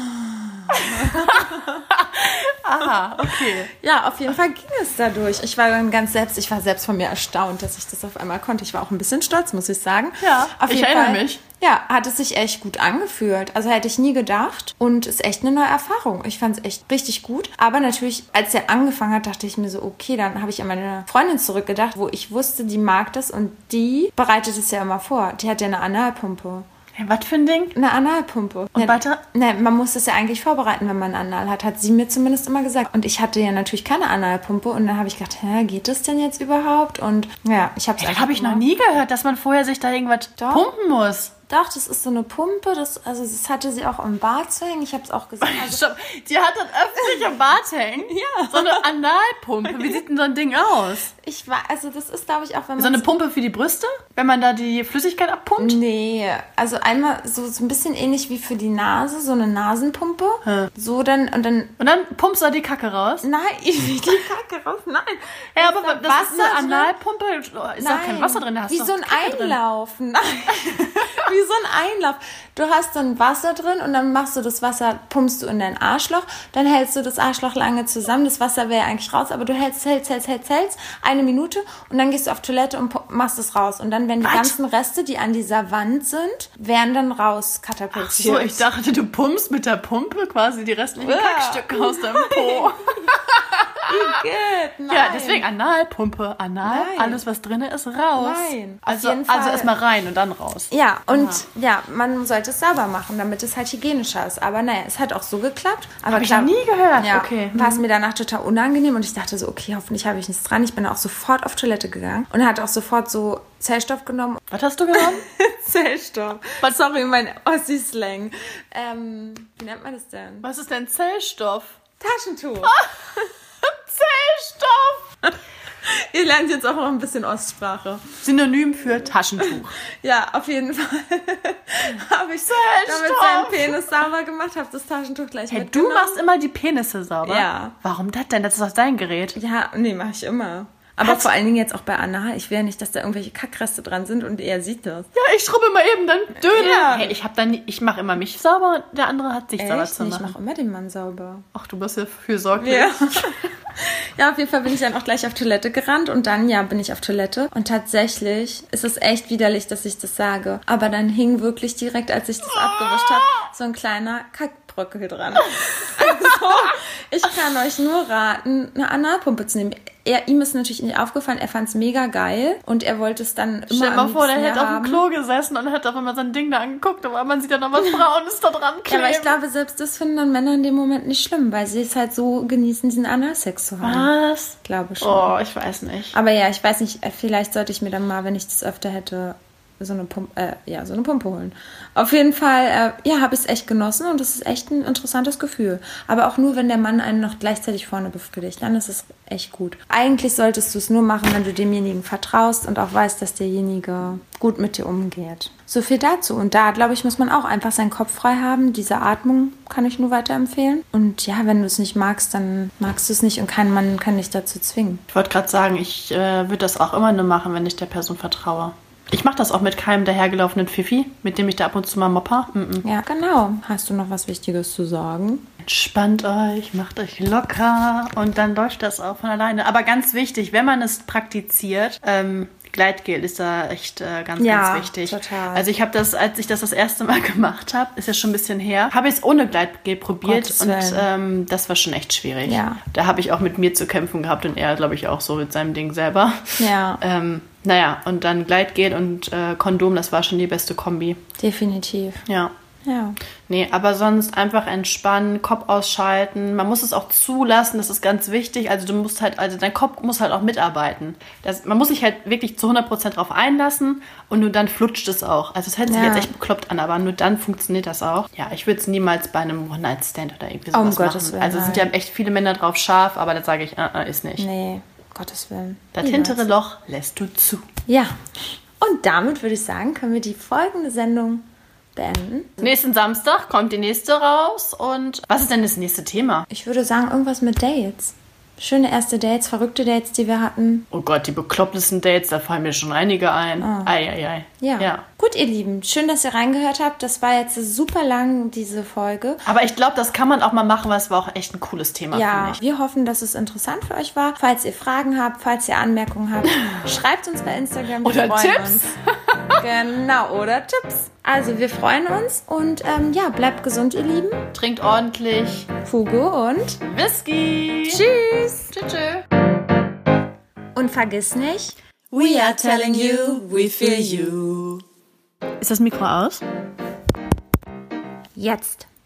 Aha, okay. Ja, auf jeden Fall ging es dadurch. Ich war dann ganz selbst, ich war selbst von mir erstaunt, dass ich das auf einmal konnte. Ich war auch ein bisschen stolz, muss ich sagen. Ja, auf ich jeden erinnere Fall, mich. Ja, hat es sich echt gut angefühlt. Also hätte ich nie gedacht. Und ist echt eine neue Erfahrung. Ich fand es echt richtig gut. Aber natürlich, als er angefangen hat, dachte ich mir so, okay, dann habe ich an meine Freundin zurückgedacht, wo ich wusste, die mag das und die bereitet es ja immer vor. Die hat ja eine Analpumpe. Hey, was für ein Ding? Eine Analpumpe. Und Ja, weiter? Ne, man muss das ja eigentlich vorbereiten, wenn man Anal hat, hat sie mir zumindest immer gesagt. Und ich hatte ja natürlich keine Analpumpe und dann habe ich gedacht, hä, geht das denn jetzt überhaupt? Und ja, ich habe es Das habe ich noch nie gehört, dass man vorher sich da irgendwas Doch. pumpen muss. Doch, das ist so eine Pumpe. Das, also das hatte sie auch im Bad zu hängen. Ich habe es auch gesehen. Also, Stopp, die hat dann öffentlich im Bad hängen. Ja. So eine Analpumpe. Wie sieht denn so ein Ding aus? ich war, also das ist, glaube ich, auch, wenn man... So eine Pumpe für die Brüste? Wenn man da die Flüssigkeit abpumpt? Nee, also einmal so, so ein bisschen ähnlich wie für die Nase, so eine Nasenpumpe. Hm. So dann, und dann... Und dann pumpst du da die Kacke raus? Nein, die Kacke raus, nein. Ja, Ist aber da das ist Wasser eine drin? Analpumpe. Ist da kein Wasser drin? Da hast Wie du so doch ein Kacke drin. Einlauf. Nein. Wie so ein Einlauf. Du hast dann Wasser drin und dann machst du das Wasser, pumpst du in dein Arschloch, dann hältst du das Arschloch lange zusammen, das Wasser wäre eigentlich raus, aber du hältst, hältst, hältst, hältst, hältst, eine Minute und dann gehst du auf Toilette und pu- machst es raus. Und dann werden die Was? ganzen Reste, die an dieser Wand sind, werden dann raus katapultiert. So, ich dachte, du pumpst mit der Pumpe quasi die restlichen Ja. Kackstücke aus deinem Po. Geht, nein. Ja, deswegen Analpumpe, Anal, Nein. alles was drin ist, raus. Nein. Auf Also, jeden also Fall. erstmal rein und dann raus. Ja, und ja, man sollte es sauber machen, damit es halt hygienischer ist. Aber naja, es hat auch so geklappt. Aber Hab ich klar, noch nie gehört. Ja, Okay. war es mir danach total unangenehm und ich dachte so, okay, hoffentlich habe ich nichts dran. Ich bin auch sofort auf Toilette gegangen und hatte auch sofort so Zellstoff genommen. Was hast du genommen? Zellstoff. Sorry, mein Ossi-Slang. Ähm, wie nennt man das denn? Was ist denn Zellstoff? Taschentuch. Zellstoff! Ihr lernt jetzt auch noch ein bisschen Ostsprache. Synonym für Taschentuch. Ja, auf jeden Fall habe ich damit seinen Penis sauber gemacht, habe das Taschentuch gleich Hey, du mitgenommen. machst immer die Penisse sauber? Ja. Warum das denn? Das ist doch dein Gerät. Ja, nee, mache ich immer. Aber Hat- vor allen Dingen jetzt auch bei Anna. Ich will ja nicht, dass da irgendwelche Kackreste dran sind und er sieht das. Ja, ich schrubbe mal eben dann Dödel. Ja. Hey, ich hab dann, ich mache immer mich sauber, der andere hat sich sauber Echt? zu Nee, ich machen. mache immer den Mann sauber. Ach, du bist ja fürsorglich. Ja. Ja, auf jeden Fall bin ich dann auch gleich auf Toilette gerannt und dann, ja, bin ich auf Toilette. Und tatsächlich ist es echt widerlich, dass ich das sage. Aber dann hing wirklich direkt, als ich das abgewischt habe, so ein kleiner Kackbröckel dran. Also, ich kann euch nur raten, eine Analpumpe zu nehmen. Er, ihm ist natürlich nicht aufgefallen, er fand es mega geil und er wollte es dann immer Stell dir mal am vor, der liebsten hätte auf haben. dem Klo gesessen und hätte auf einmal sein Ding da angeguckt, aber man sieht ja noch was Braunes da dran Ja, kleben. aber ich glaube, selbst das finden dann Männer in dem Moment nicht schlimm, weil sie es halt so genießen, diesen Analsex zu haben. Was? Ich glaube schon. Oh, ich weiß nicht. Aber ja, ich weiß nicht, vielleicht sollte ich mir dann mal, wenn ich das öfter hätte, so eine Pumpe, äh, ja, so eine Pumpe holen. Auf jeden Fall, äh, ja, habe ich es echt genossen und es ist echt ein interessantes Gefühl. Aber auch nur, wenn der Mann einen noch gleichzeitig vorne befriedigt, dann ist es echt gut. Eigentlich solltest du es nur machen, wenn du demjenigen vertraust und auch weißt, dass derjenige gut mit dir umgeht. So viel dazu. Und da, glaube ich, muss man auch einfach seinen Kopf frei haben. Diese Atmung kann ich nur weiterempfehlen. Und ja, wenn du es nicht magst, dann magst du es nicht und kein Mann kann dich dazu zwingen. Ich wollte gerade sagen, ich äh, würde das auch immer nur machen, wenn ich der Person vertraue. Ich mache das auch mit keinem dahergelaufenen Fifi, mit dem ich da ab und zu mal mopper. Mm-mm. Ja, genau. Hast du noch was Wichtiges zu sagen? Entspannt euch, macht euch locker und dann läuft das auch von alleine. Aber ganz wichtig, wenn man es praktiziert, ähm, Gleitgel ist da echt äh, ganz, Ja, ganz wichtig. total. Also ich habe das, als ich das das erste Mal gemacht habe, ist ja schon ein bisschen her, habe ich es ohne Gleitgel probiert Gottes und Willen. ähm, das war schon echt schwierig. Ja. Da habe ich auch mit mir zu kämpfen gehabt und er, glaube ich, auch so mit seinem Ding selber. Ja, Ähm, naja, und dann Gleitgel und äh, Kondom, das war schon die beste Kombi. definitiv. Ja. Ja. Nee, aber sonst einfach entspannen, Kopf ausschalten. Man muss es auch zulassen, das ist ganz wichtig. Also du musst halt, also dein Kopf muss halt auch mitarbeiten. Das, man muss sich halt wirklich zu hundert Prozent drauf einlassen und nur dann flutscht es auch. Also es hört sich Ja. jetzt echt bekloppt an, aber nur dann funktioniert das auch. Ja, ich würde es niemals bei einem One-Night-Stand oder irgendwie Um sowas Gottes machen. Willen, Also es sind ja nein. echt viele Männer drauf scharf, aber da sage ich, uh, uh, ist nicht. Nee, Gottes Willen. Das Niemals. hintere Loch lässt du zu. Ja. Und damit würde ich sagen, können wir die folgende Sendung beenden. Nächsten Samstag kommt die nächste raus und was ist denn das nächste Thema? Ich würde sagen, irgendwas mit Dates. Schöne erste Dates, verrückte Dates, die wir hatten. Oh Gott, die beklopptesten Dates, da fallen mir schon einige ein. Ah. Ei, ei, ei. Ja. ja. Gut, ihr Lieben, schön, dass ihr reingehört habt. Das war jetzt super lang, diese Folge. Aber ich glaube, das kann man auch mal machen, weil es war auch echt ein cooles Thema, Ja, finde ich. wir hoffen, dass es interessant für euch war. Falls ihr Fragen habt, falls ihr Anmerkungen habt, schreibt uns bei Instagram. Wir Oder freuen Tipps. Uns. Genau, oder Tipps. Also, wir freuen uns und ähm, ja, bleibt gesund, ihr Lieben. Trinkt ordentlich Fugu und Whisky. tschüss. Tschüss. tschüss. Und vergiss nicht, We are telling you, we feel you. Ist das Mikro aus? jetzt.